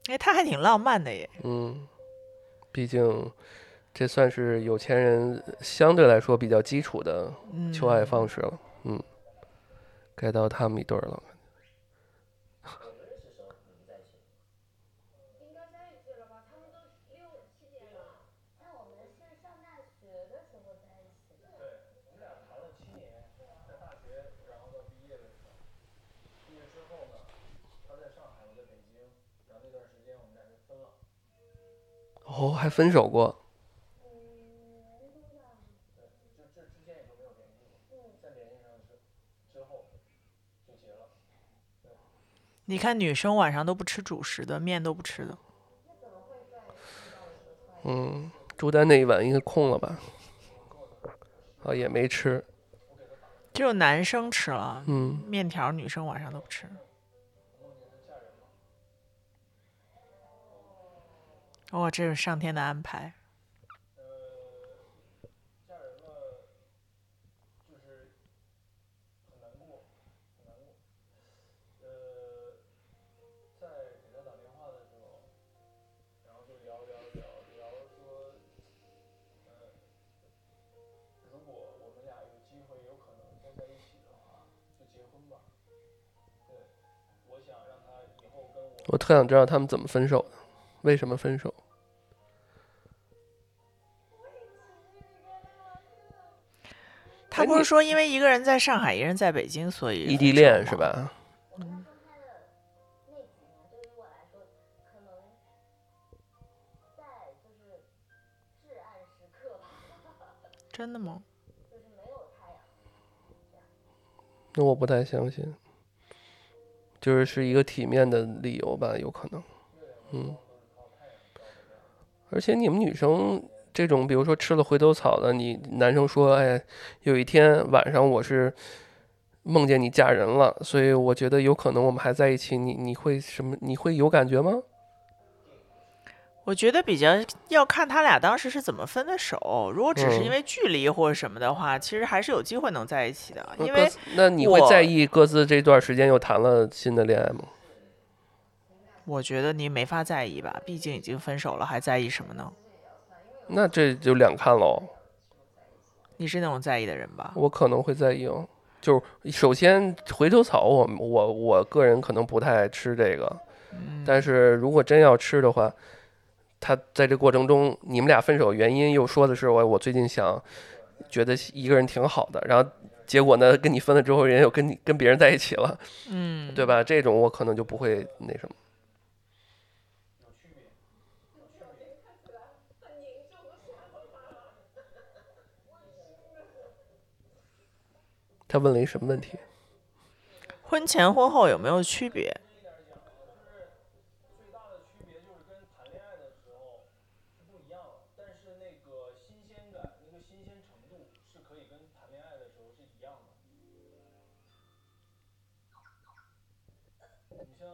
哎，他还挺浪漫的耶。 毕竟这算是有钱人相对来说比较基础的求爱方式了。该到他们一对了。 应该在一起了吧？他们都6、7年了。那我们是上大学的时候在一起的。对，你俩谈了7年，在大学，然后到毕业的时候，毕业之后呢，他在上海，我在北京，然后那段时间我们俩就分了。 哦，还分手过。 5年多吧。对，就这之间也都没有联系过。再联系上之后就结了。对。 你看女生晚上都不吃主食的，面都不吃的。 那怎么会在遇到了一个突然？ 朱丹那一晚应该空了吧？也没吃。 只有男生吃了，面条女生晚上都不吃。哦，这是上天的安排。 嫁人了，就是很难过，很难过。在给他打电话的时候，然后就聊说，如果我们俩有机会，有可能再在一起的话，就结婚吧。对，我想让他以后跟我。 我特想知道他们怎么分手的，为什么分手？ 他不是说因为一个人在上海，一个人在北京，所以异地恋是吧？ 真的吗？ 那我不太相信，是一个体面的理由吧，有可能。而且你们女生这种，比如说吃了回头草的，你男生说，哎，有一天晚上我是梦见你嫁人了，所以我觉得有可能我们还在一起，你会什么？你会有感觉吗？ 我觉得比较要看他俩当时是怎么分的手。如果只是因为距离或者什么的话，其实还是有机会能在一起的。因为那你会在意各自这段时间又谈了新的恋爱吗？ 我觉得你没法在意吧，毕竟已经分手了，还在意什么呢？ 那这就两看喽。 你是那种在意的人吧？ 我可能会在意哦。就是首先回头草我个人可能不太爱吃这个，但是如果真要吃的话，他在这过程中你们俩分手原因又说的是我最近觉得一个人挺好的，然后结果呢跟你分了之后人又跟别人在一起了，对吧？这种我可能就不会那什么。他问了一什么问题？ 婚前婚后有没有区别？ 最大的区别就是跟谈恋爱的时候是不一样的，但是那个新鲜感、那个新鲜程度是可以跟谈恋爱的时候是一样的。你像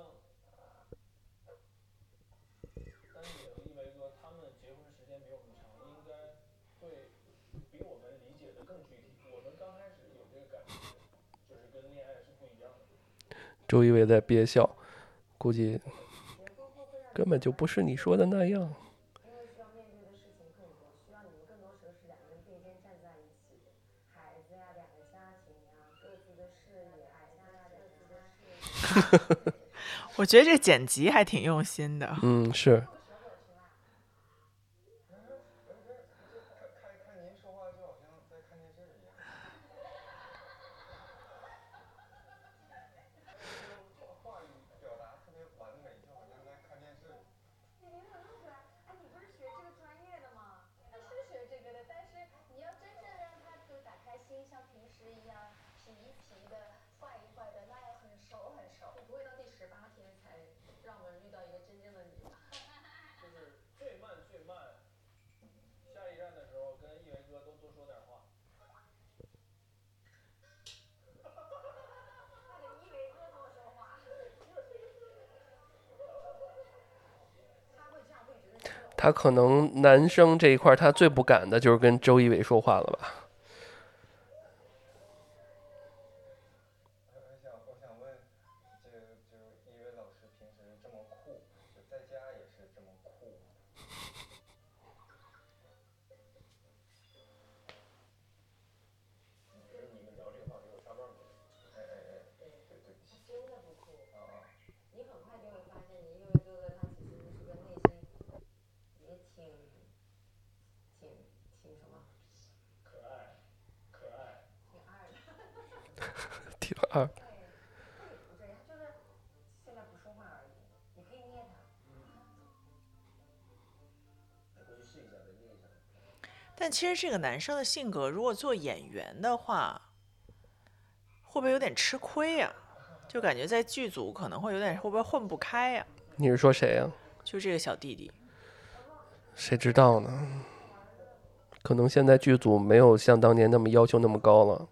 丹姐和一维哥他们结婚时间比我们长，应该会比我们理解的更具体。我们刚开始有这个感觉，就是跟恋爱是不一样的。 周一围在憋笑，估计根本就不是你说的那样。 因为需要面对的事情更多，需要你们更多时候是两个人并肩站在一起，孩子呀、两个家庭呀、各自的事业，孩子呀、各自的事业。 我觉得这剪辑还挺用心的。 是。 看您说话就好像在看电视一样。话语表达特别完美，就好像在看电视。你怎么弄出来？哎，你不是学这个专业的吗？他是学这个的，但是你要真正让他就打开心，像平时一样皮一皮的、坏一坏的，那要很熟很熟。你不会到第18天才让我们遇到一个真正的你吧？就是最慢，下一站的时候跟一维哥都多说点话。 他可能男生这一块他最不敢的就是跟周一围说话了吧。 我想问，就一维老师平时这么酷，就挺二。 但其实这个男生的性格，如果做演员的话，会不会有点吃亏呀？就感觉在剧组可能会有点，会不会混不开呀？ 你是说谁呀？ 就这个小弟弟。 谁知道呢？可能现在剧组没有像当年那么要求那么高了。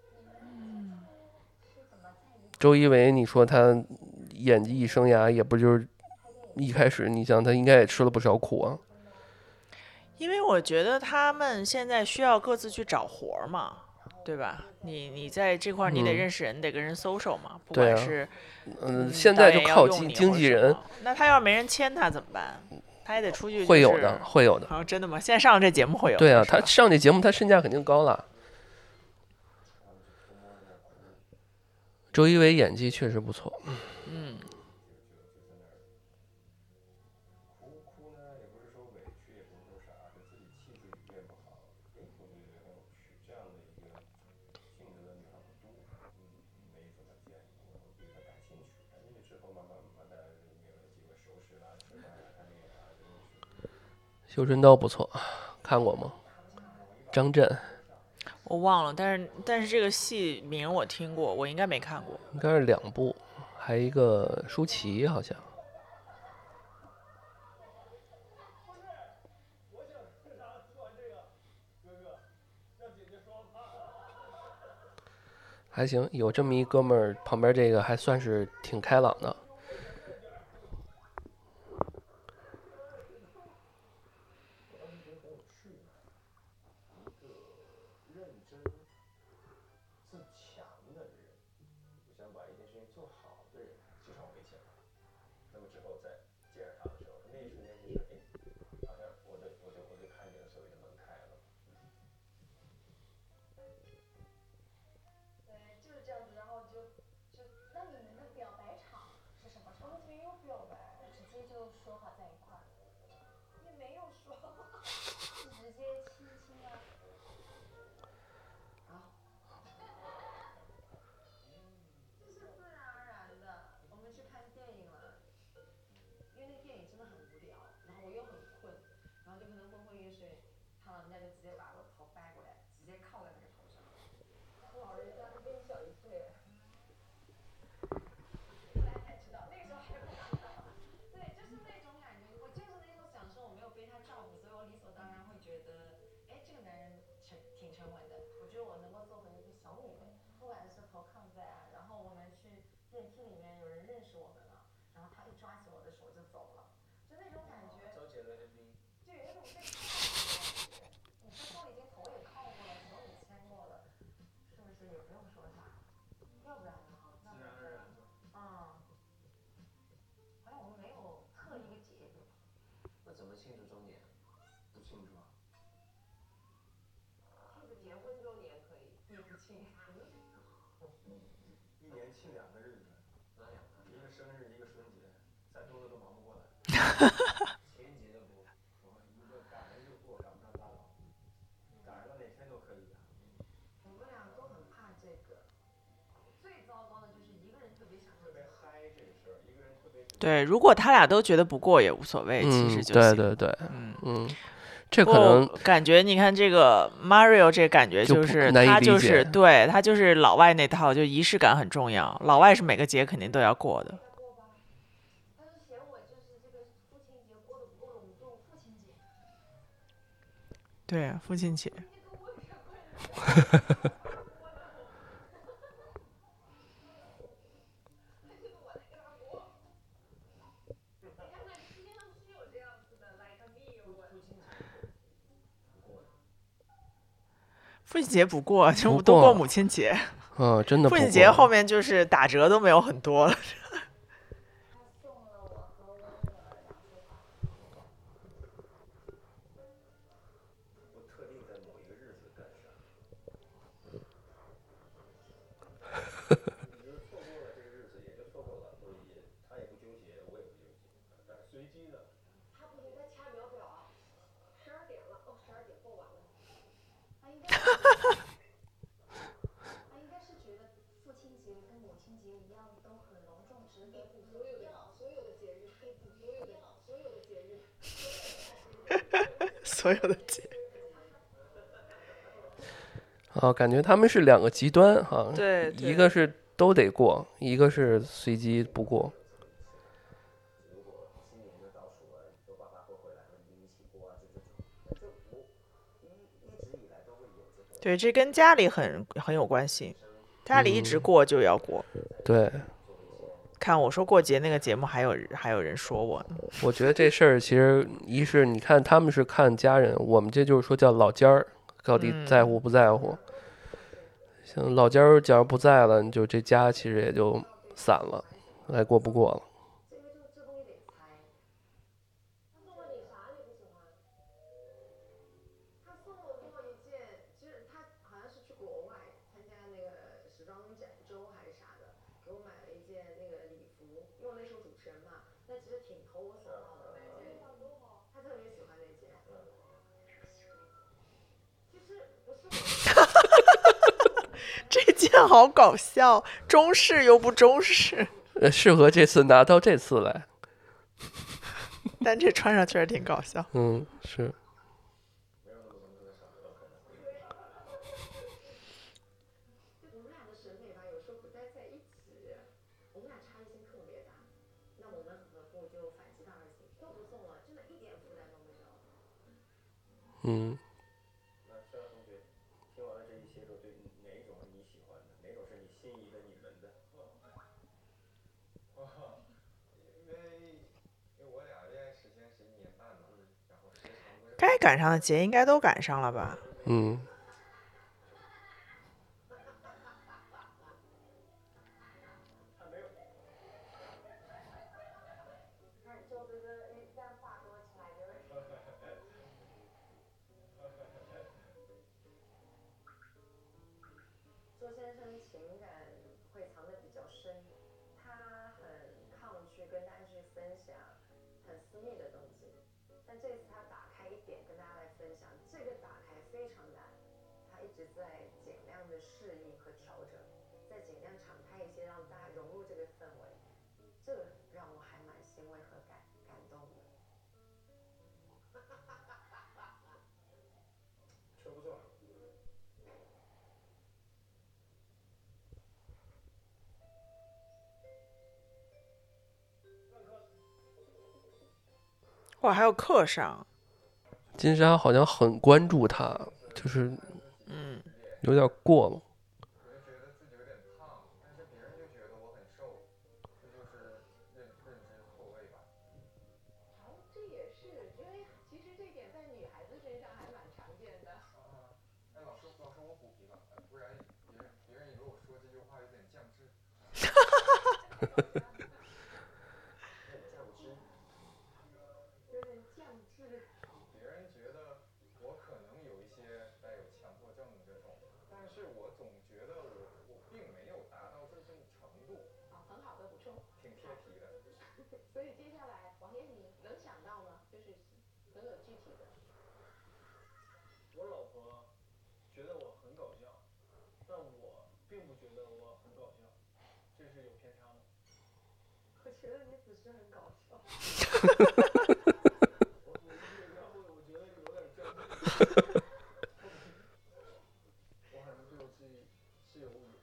周一围，你说他演技生涯也不就是一开始，你想他应该也吃了不少苦啊。 因为我觉得他们现在需要各自去找活嘛，对吧？你在这块你得认识人，你得跟人 social 嘛，不管是现在就靠经纪人。 那他要是没人签他怎么办？他也得出去。 会有的，会有的。 哦，真的吗？现在上这节目会有。 对啊，他上这节目，他身价肯定高了。周一围演技确实不错。绣春刀不错，看过吗？张震。 我忘了，但是这个戏名我听过，我应该没看过。 应该是2部，还一个舒淇好像。还行，有这么一哥们儿，旁边这个还算是挺开朗的。 对，如果他俩都觉得不过也无所谓，其实就行。对对对，这可能感觉你看这个 Mario 这感觉就是他就是对他就是老外那套，就仪式感很重要。老外是每个节肯定都要过的。对啊，父亲节。父亲节不过，就都过母亲节。 真的不过。 父亲节后面就是打折都没有很多了。 节跟母亲节一样都很隆重，值得补所有的节日，可以补所有的节日， 所有的节。 感觉他们是两个极端哈， 对， 一个是都得过，一个是随机不过。 对，这跟家里很有关系，家里一直过就要过。 对， 看我说过节那个节目，还有人说我呢。 我觉得这事儿其实一是你看他们是看家人，我们这就是说叫老家儿，到底在乎不在乎？像老家儿假如不在了，你就这家其实也就散了，爱过不过了。 这件好搞笑，中式又不中式。 适合这次拿到这次来。 但这穿上确实挺搞笑。 是。 该赶上的节应该都赶上了吧？ 周先生情感会藏得比较深，他很抗拒跟大家去分享很私密的东西，但这次他打开一点跟大家来分享，这个打开非常难，他一直在尽量的适应和调整，在尽量敞开一些，让大家融入这个氛围，这让我还蛮欣慰和感动的。 说不错。 哇，还有课上。 金莎好像很关注他，就是有点过了。 我就觉得自己有点胖，但是别人就觉得我很瘦，这就是认知错位吧。 这也是因为其实这点在女孩子身上还蛮常见的。 哎，老师，我补皮吧，不然别人以为我说这句话有点降智。 有点降智。 别人觉得我可能有一些带有强迫症这种，但是我总觉得我并没有达到这种程度。 很好的补充， 挺贴题的。 所以接下来王爷你能想到吗？就是很有具体的。 我老婆觉得我很搞笑，但我并不觉得我很搞笑，这是有偏差的。 我觉得你只是很搞笑。 我觉得有点降智。我好像对我自己是有误解。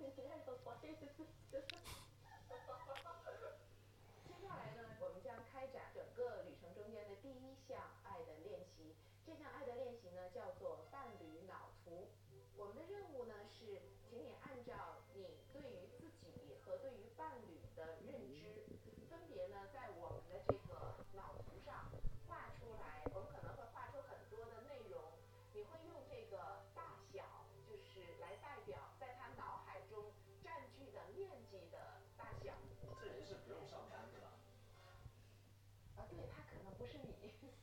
接下来呢，我们将开展整个旅程中间的第一项爱的练习。这项爱的练习呢，叫做伴侣脑图。我们的任务呢是，请你按照你对于自己和对于伴侣的认知，分别呢在我们的这个脑图上画出来。我们可能会画出很多的内容，你会用这个大小，就是来代表在他脑海中占据的面积的大小。 这人是不用上班的吧？ 对，他可能不是你。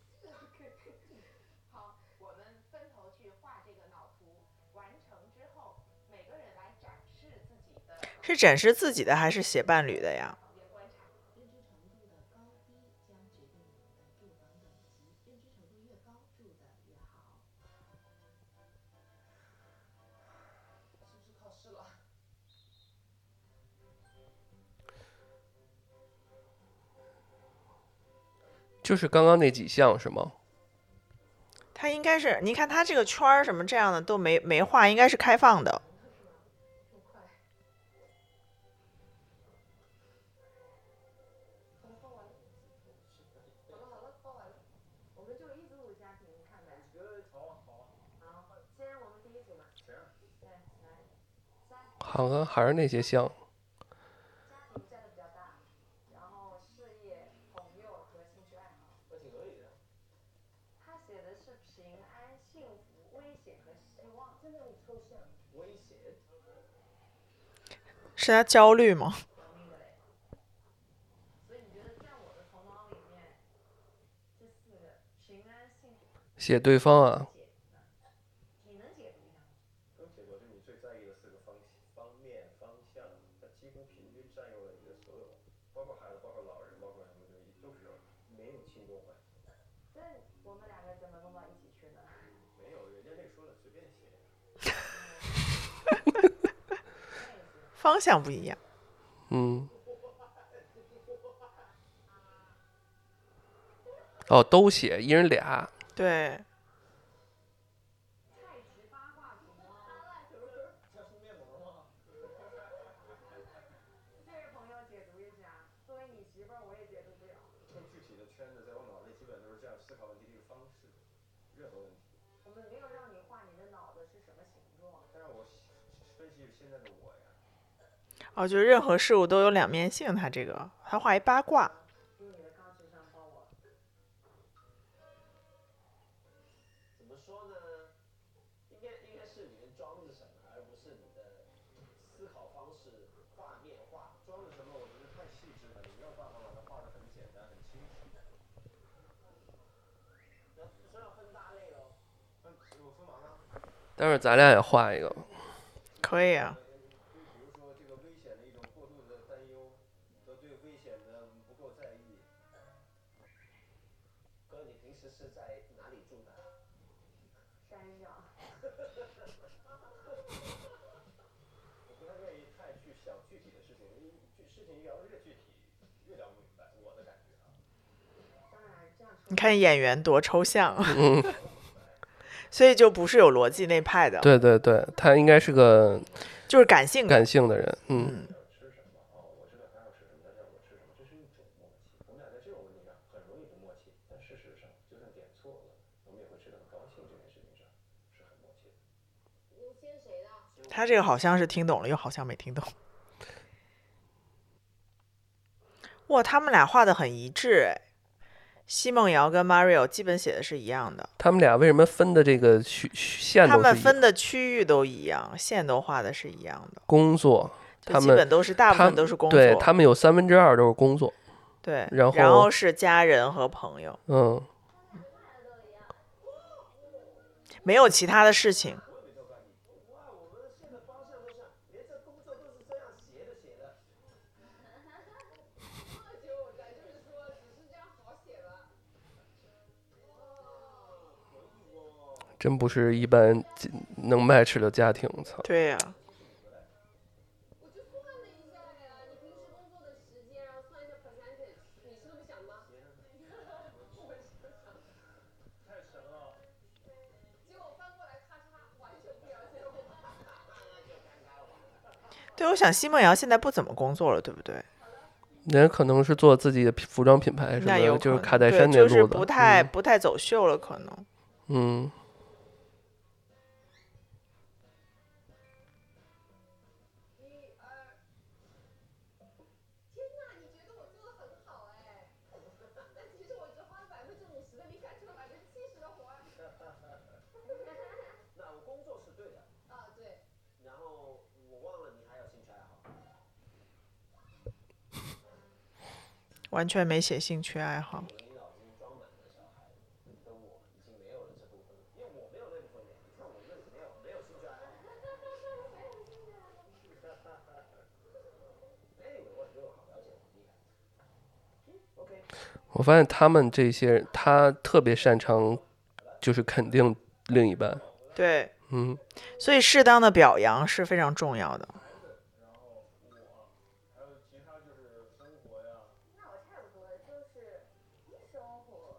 好，我们分头去画这个脑图，完成之后，每个人来展示自己的。 是展示自己的还是写伴侣的呀？ 认知程度的高低将决定你们的住房等级，认知程度越高，住得越好。 是不是考试了？ 就是刚刚那几项是吗？ 它应该是，你看它这个圈儿什么这样的都没画，应该是开放的。 好像还是那些项。 家庭占的比较大，然后事业、朋友和兴趣爱好。 那挺合理的。 他写的是平安、幸福、危险和希望， 真的很抽象。危险。 是他焦虑吗？ 所以你觉得在我的头脑里面，这四个平安、幸福， 写对方啊。 你能解读一下吗？ 能解读，就是你最在意的4个方面方向，它几乎平均占用了你的所有，包括孩子，包括老人，包括什么东西，都是没有轻重缓急。 那我们2个怎么弄到一起去呢？ 没有，人家那说的随便写。 方向不一样。 嗯。哦，都写，一人俩。 对。 菜畦八卦图吗？ 这是面膜吗？ 这位朋友解读一下，作为你媳妇儿，我也解读不了。 更具体的圈子，在我脑内基本都是这样思考问题的一个方式，任何问题。 我们没有让你画你的脑子是什么形状。 但是我分析现在的我呀。 哦，就是任何事物都有两面性，他这个他画一八卦。 用你的高智商帮我。 怎么说呢？应该是里面装着什么，而不是你的思考方式画面化。装着什么，我觉得太细致了，你没有办法把它画得很简单、很清楚。那说要分大类喽，我分完了。 待会儿咱俩也画一个。 可以啊。 比如说这个危险的一种过度的担忧和对危险的不够在意。哥，你平时是在哪里住的？ 山上。 我不太愿意太去想具体的事情，因为事情聊得越具体，越聊不明白，我的感觉啊。 当然这样说。 你看演员多抽象。所以就不是有逻辑那派的。 对对对，他应该是个就是感性的人。嗯。 吃什么？哦，我知道他要吃什么，但是我吃什么，这是一种默契。我们俩在这种问题上很容易不默契，但事实上，就算点错了，我们也会吃得很高兴。这件事情上是很默契的。 你先谁的？ 他这个好像是听懂了，又好像没听懂。哇，他们俩画的很一致哎。奚梦瑶跟 Mario 基本写的是一样的。 他们俩为什么分的这个线都是一样？ 他们分的区域都一样，线都画的是一样的。 工作，他们基本都是大部分都是工作。 对，他们有2/3都是工作。 对， 然后是家人和朋友。 嗯。 没有其他的事情。 哇，我们线的方向都像，连这工作都是这样斜的。 就是说，只是这样好写了。 真不是一般能 match 的家庭，操。 对呀。 我就算了一下呀，你平时工作的时间，然后算一下 percentage，你是这么想的吗？ 太神了。 结果翻过来咔嚓，完全不了解我。 对，我想奚梦瑶现在不怎么工作了，对不对？ 人可能是做自己的服装品牌什么的，就是卡戴珊那路子， 就是不太走秀了，可能。 嗯。 天哪，你觉得我做的很好哎？但其实我只花了50%的，你产出了70%的活。 那我工作是对的。 啊，对。 然后我忘了你还有兴趣爱好。 完全没写兴趣爱好。 你脑子装满了小孩，跟我已经没有了这部分，因为我没有那部分脸。你看我那里没有兴趣爱好。Anyway，我觉得我好了解你，厉害。OK。 我发现他们这些人，他特别擅长，就是肯定另一半。 对。 嗯。 所以适当的表扬是非常重要的。 然后我，还有其他就是生活呀。 那我差不多就是生活、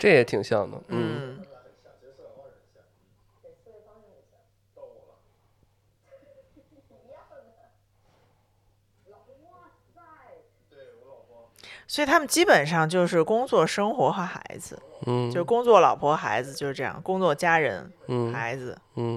这也挺像的。 所以他们基本上就是工作、生活和孩子，就是工作、老婆、孩子，就是这样，工作、家人、孩子，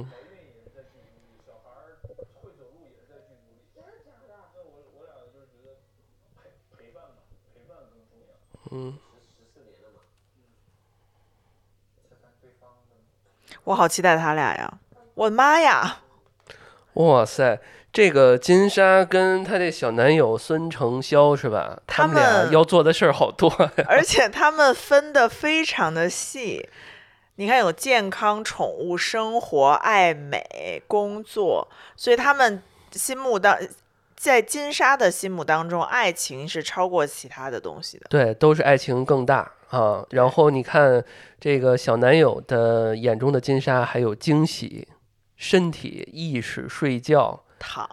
我好期待他俩呀！我的妈呀！ 哇塞，这个金莎跟她这小男友孙成霄是吧？他们俩要做的事儿好多呀， 而且他们分的非常的细。你看，有健康、宠物、生活、爱美、工作，所以他们在金莎的心目当中，爱情是超过其他的东西的。 对，都是爱情更大啊。然后你看这个小男友的眼中的金莎，还有惊喜、身体、意识、睡觉、 躺，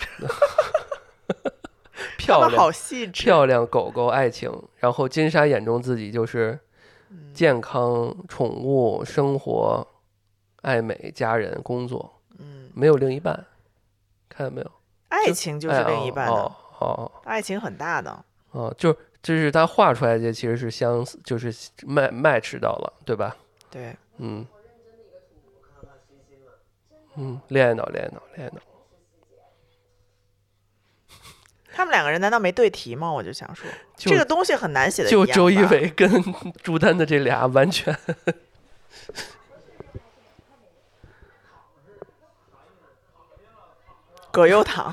漂亮， 好细致， 漂亮狗狗爱情。然后金莎眼中自己就是健康、宠物、生活、爱美、家人、工作，没有另一半，看到没有？ 爱情就是另一半的，爱情很大的。 就是他画出来的其实是相似，就是 match 到了，对吧？ 对， 恋爱脑。 他们两个人难道没对题吗？我就想说，这个东西很难写的。 就周一围跟朱丹的这俩完全葛优躺。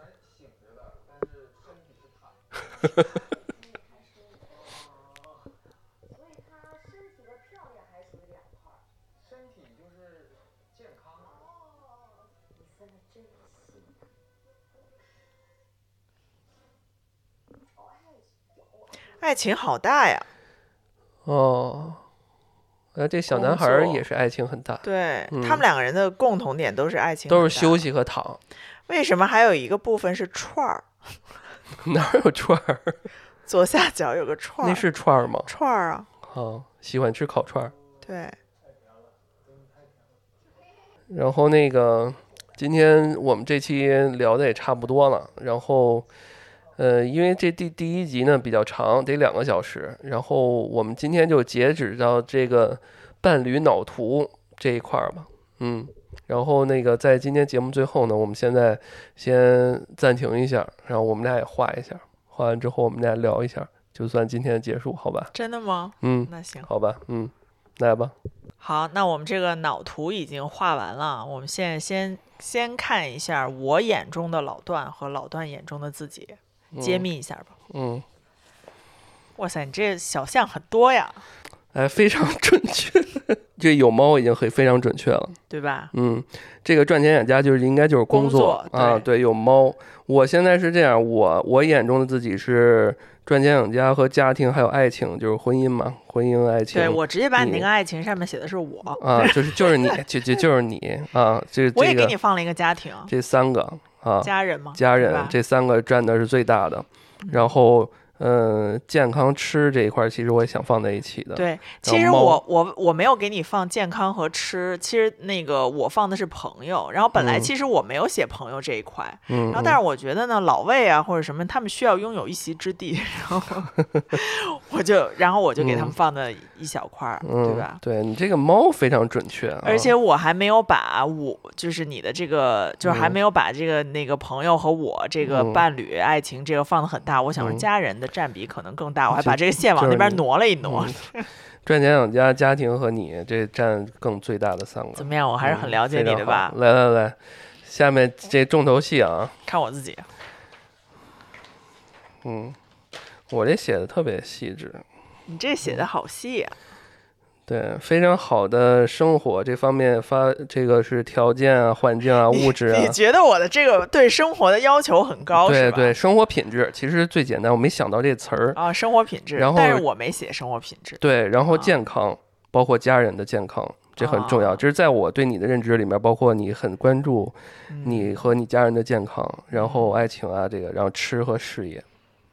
爱情好大呀！ 这小男孩也是爱情很大。 对，他们两个人的共同点都是爱情很大， 都是休息和躺。 为什么还有一个部分是串儿？ 哪有串儿？ 左下角有个串儿。 那是串儿吗？ 串儿啊。 喜欢吃烤串儿。 对。 然后那个，今天我们这期聊的也差不多了，然后。因为这第一集呢比较长，得2个小时，然后我们今天就截止到这个伴侣脑图这一块儿吧，然后那个在今天节目最后呢，我们现在先暂停一下，然后我们俩也画一下，画完之后我们俩聊一下，就算今天的结束，好吧？ 真的吗？那行， 好吧，来吧。 好，那我们这个脑图已经画完了，我们现在先看一下我眼中的老段和老段眼中的自己。揭秘一下吧。哇塞，你这小项很多呀。 非常准确。这有猫已经非常准确了， 对吧？ 这个赚钱养家应该就是工作啊。对，有猫。我现在是这样，我眼中的自己是赚钱养家和家庭还有爱情，就是婚姻嘛，婚姻爱情。 对，我直接把你那个爱情上面写的是我啊，就是你，就是你啊。 我也给你放了一个家庭， 这3个。 家人嘛， 家人这3个占的是最大的，然后健康吃这一块其实我也想放在一起的。 对，其实我没有给你放健康和吃，其实那个我放的是朋友，然后本来其实我没有写朋友这一块，然后但是我觉得呢老魏啊或者什么他们需要拥有一席之地，然后我就给他们放的一小块，对吧？ 对，你这个猫非常准确， 而且我还没有把就是你的这个就是还没有把这个那个朋友和我这个伴侣爱情这个放的很大，我想是家人的占比可能更大，我还把这个线往那边挪了一挪。 赚钱养家、家庭和你这占最大的3个。 怎么样？我还是很了解你的吧？ 来，下面这重头戏啊！ 看我自己。 我这写的特别细致。 你这写的好细呀！ 对，非常好的生活这方面这个是条件啊、环境啊、物质啊。 你觉得我的这个对生活的要求很高是吧？ 对，生活品质其实最简单，我没想到这词儿啊，生活品质。然后，但是我没写生活品质。 对，然后健康，包括家人的健康，这很重要。这是在我对你的认知里面，包括你很关注你和你家人的健康，然后爱情啊这个，然后吃和事业。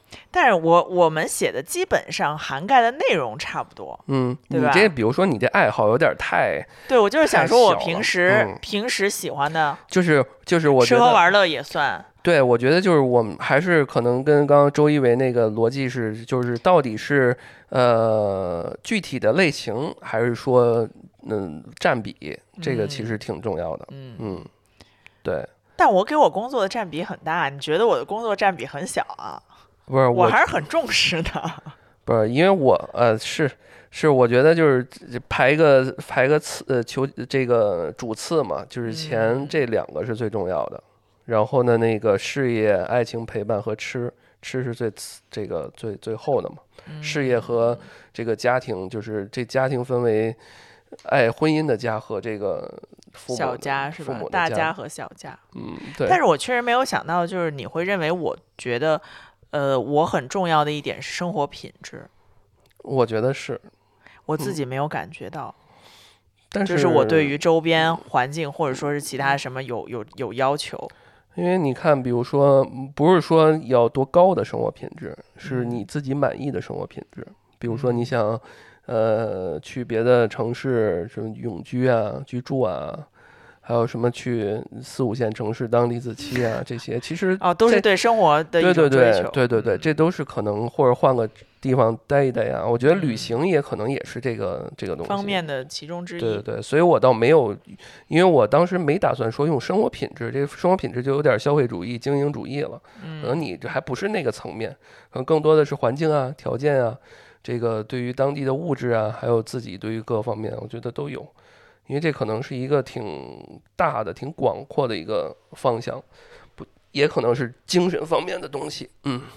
但是我们写的基本上涵盖的内容差不多，对吧？ 你这比如说你这爱好有点太…… 对，我就是想说，我平太时喜欢的， 就是我觉得吃喝玩乐也算。 对，我觉得就是我们还是可能跟刚刚周一围那个逻辑是，就是到底是具体的类型，还是说占比，这个其实挺重要的。对。 但我给我工作的占比很大，你觉得我的工作占比很小啊？ 不是， 我还是很重视的。 不是，因为我是我觉得就是排个求这个主次嘛，就是前这2个是最重要的。然后呢，那个事业、爱情、陪伴和吃是最后的嘛。事业和这个家庭，就是这家庭分为婚姻的家和这个小家是吧？大家和小家。 对。 但是我确实没有想到，就是你会认为我觉得，我很重要的一点是生活品质。 我觉得是。 我自己没有感觉到。 但是就是我对于周边环境或者说是其他什么有要求。 因为你看，比如说，不是说要多高的生活品质，是你自己满意的生活品质。比如说，你想，去别的城市，什么永居啊、居住啊，还有什么去4、5线城市当李子柒啊，这些其实都是对生活的一种追求。 对，这都是可能，或者换个地方待一待呀。我觉得旅行也可能也是这个东西方面的其中之一。 对，所以我倒没有，因为我当时没打算说用生活品质，这个生活品质就有点消费主义、经营主义了。可能你这还不是那个层面，可能更多的是环境啊、条件啊，这个对于当地的物质啊，还有自己对于各方面，我觉得都有。因为这可能是一个挺大的、挺广阔的一个方向，也可能是精神方面的东西。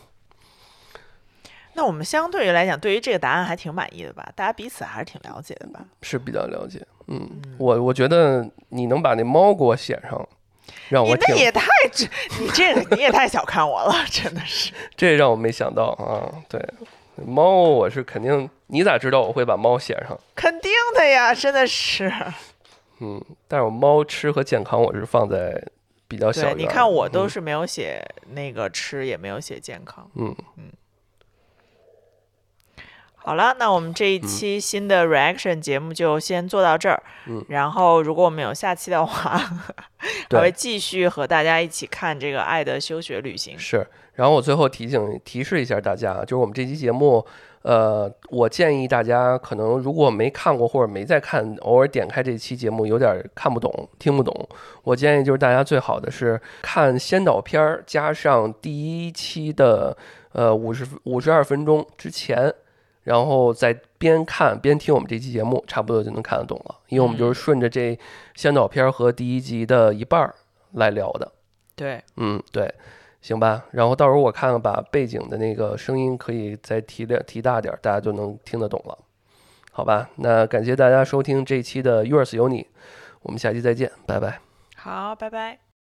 那我们相对于来讲，对于这个答案还挺满意的吧？大家彼此还是挺了解的吧？ 是比较了解。我觉得你能把那猫给我写上，让我挺…… 你也太小看我了，真的是。 这让我没想到啊！对，猫我是肯定，你咋知道我会把猫写上？ 肯定的呀，真的是。 但是我猫吃和健康我是放在比较小。 对，你看我都是没有写那个吃，也没有写健康。好了，那我们这一期新的 reaction 节目就先做到这儿。然后如果我们有下期的话，还会继续和大家一起看这个《爱的休学旅行》。 是，然后我最后提示一下大家，就是我们这期节目，我建议大家可能如果没看过或者没在看，偶尔点开这期节目有点看不懂、听不懂，我建议就是大家最好的是看先导片加上第一期的52分钟之前。然后再边看边听我们这期节目，差不多就能看得懂了。因为我们就是顺着这先导片和第一集的一半来聊的。 对， 对，行吧。然后到时候我看看把背景的那个声音可以再提大点，大家就能听得懂了。好吧，那感谢大家收听这一期的 Yours 有你，我们下期再见，拜拜。 好，拜拜。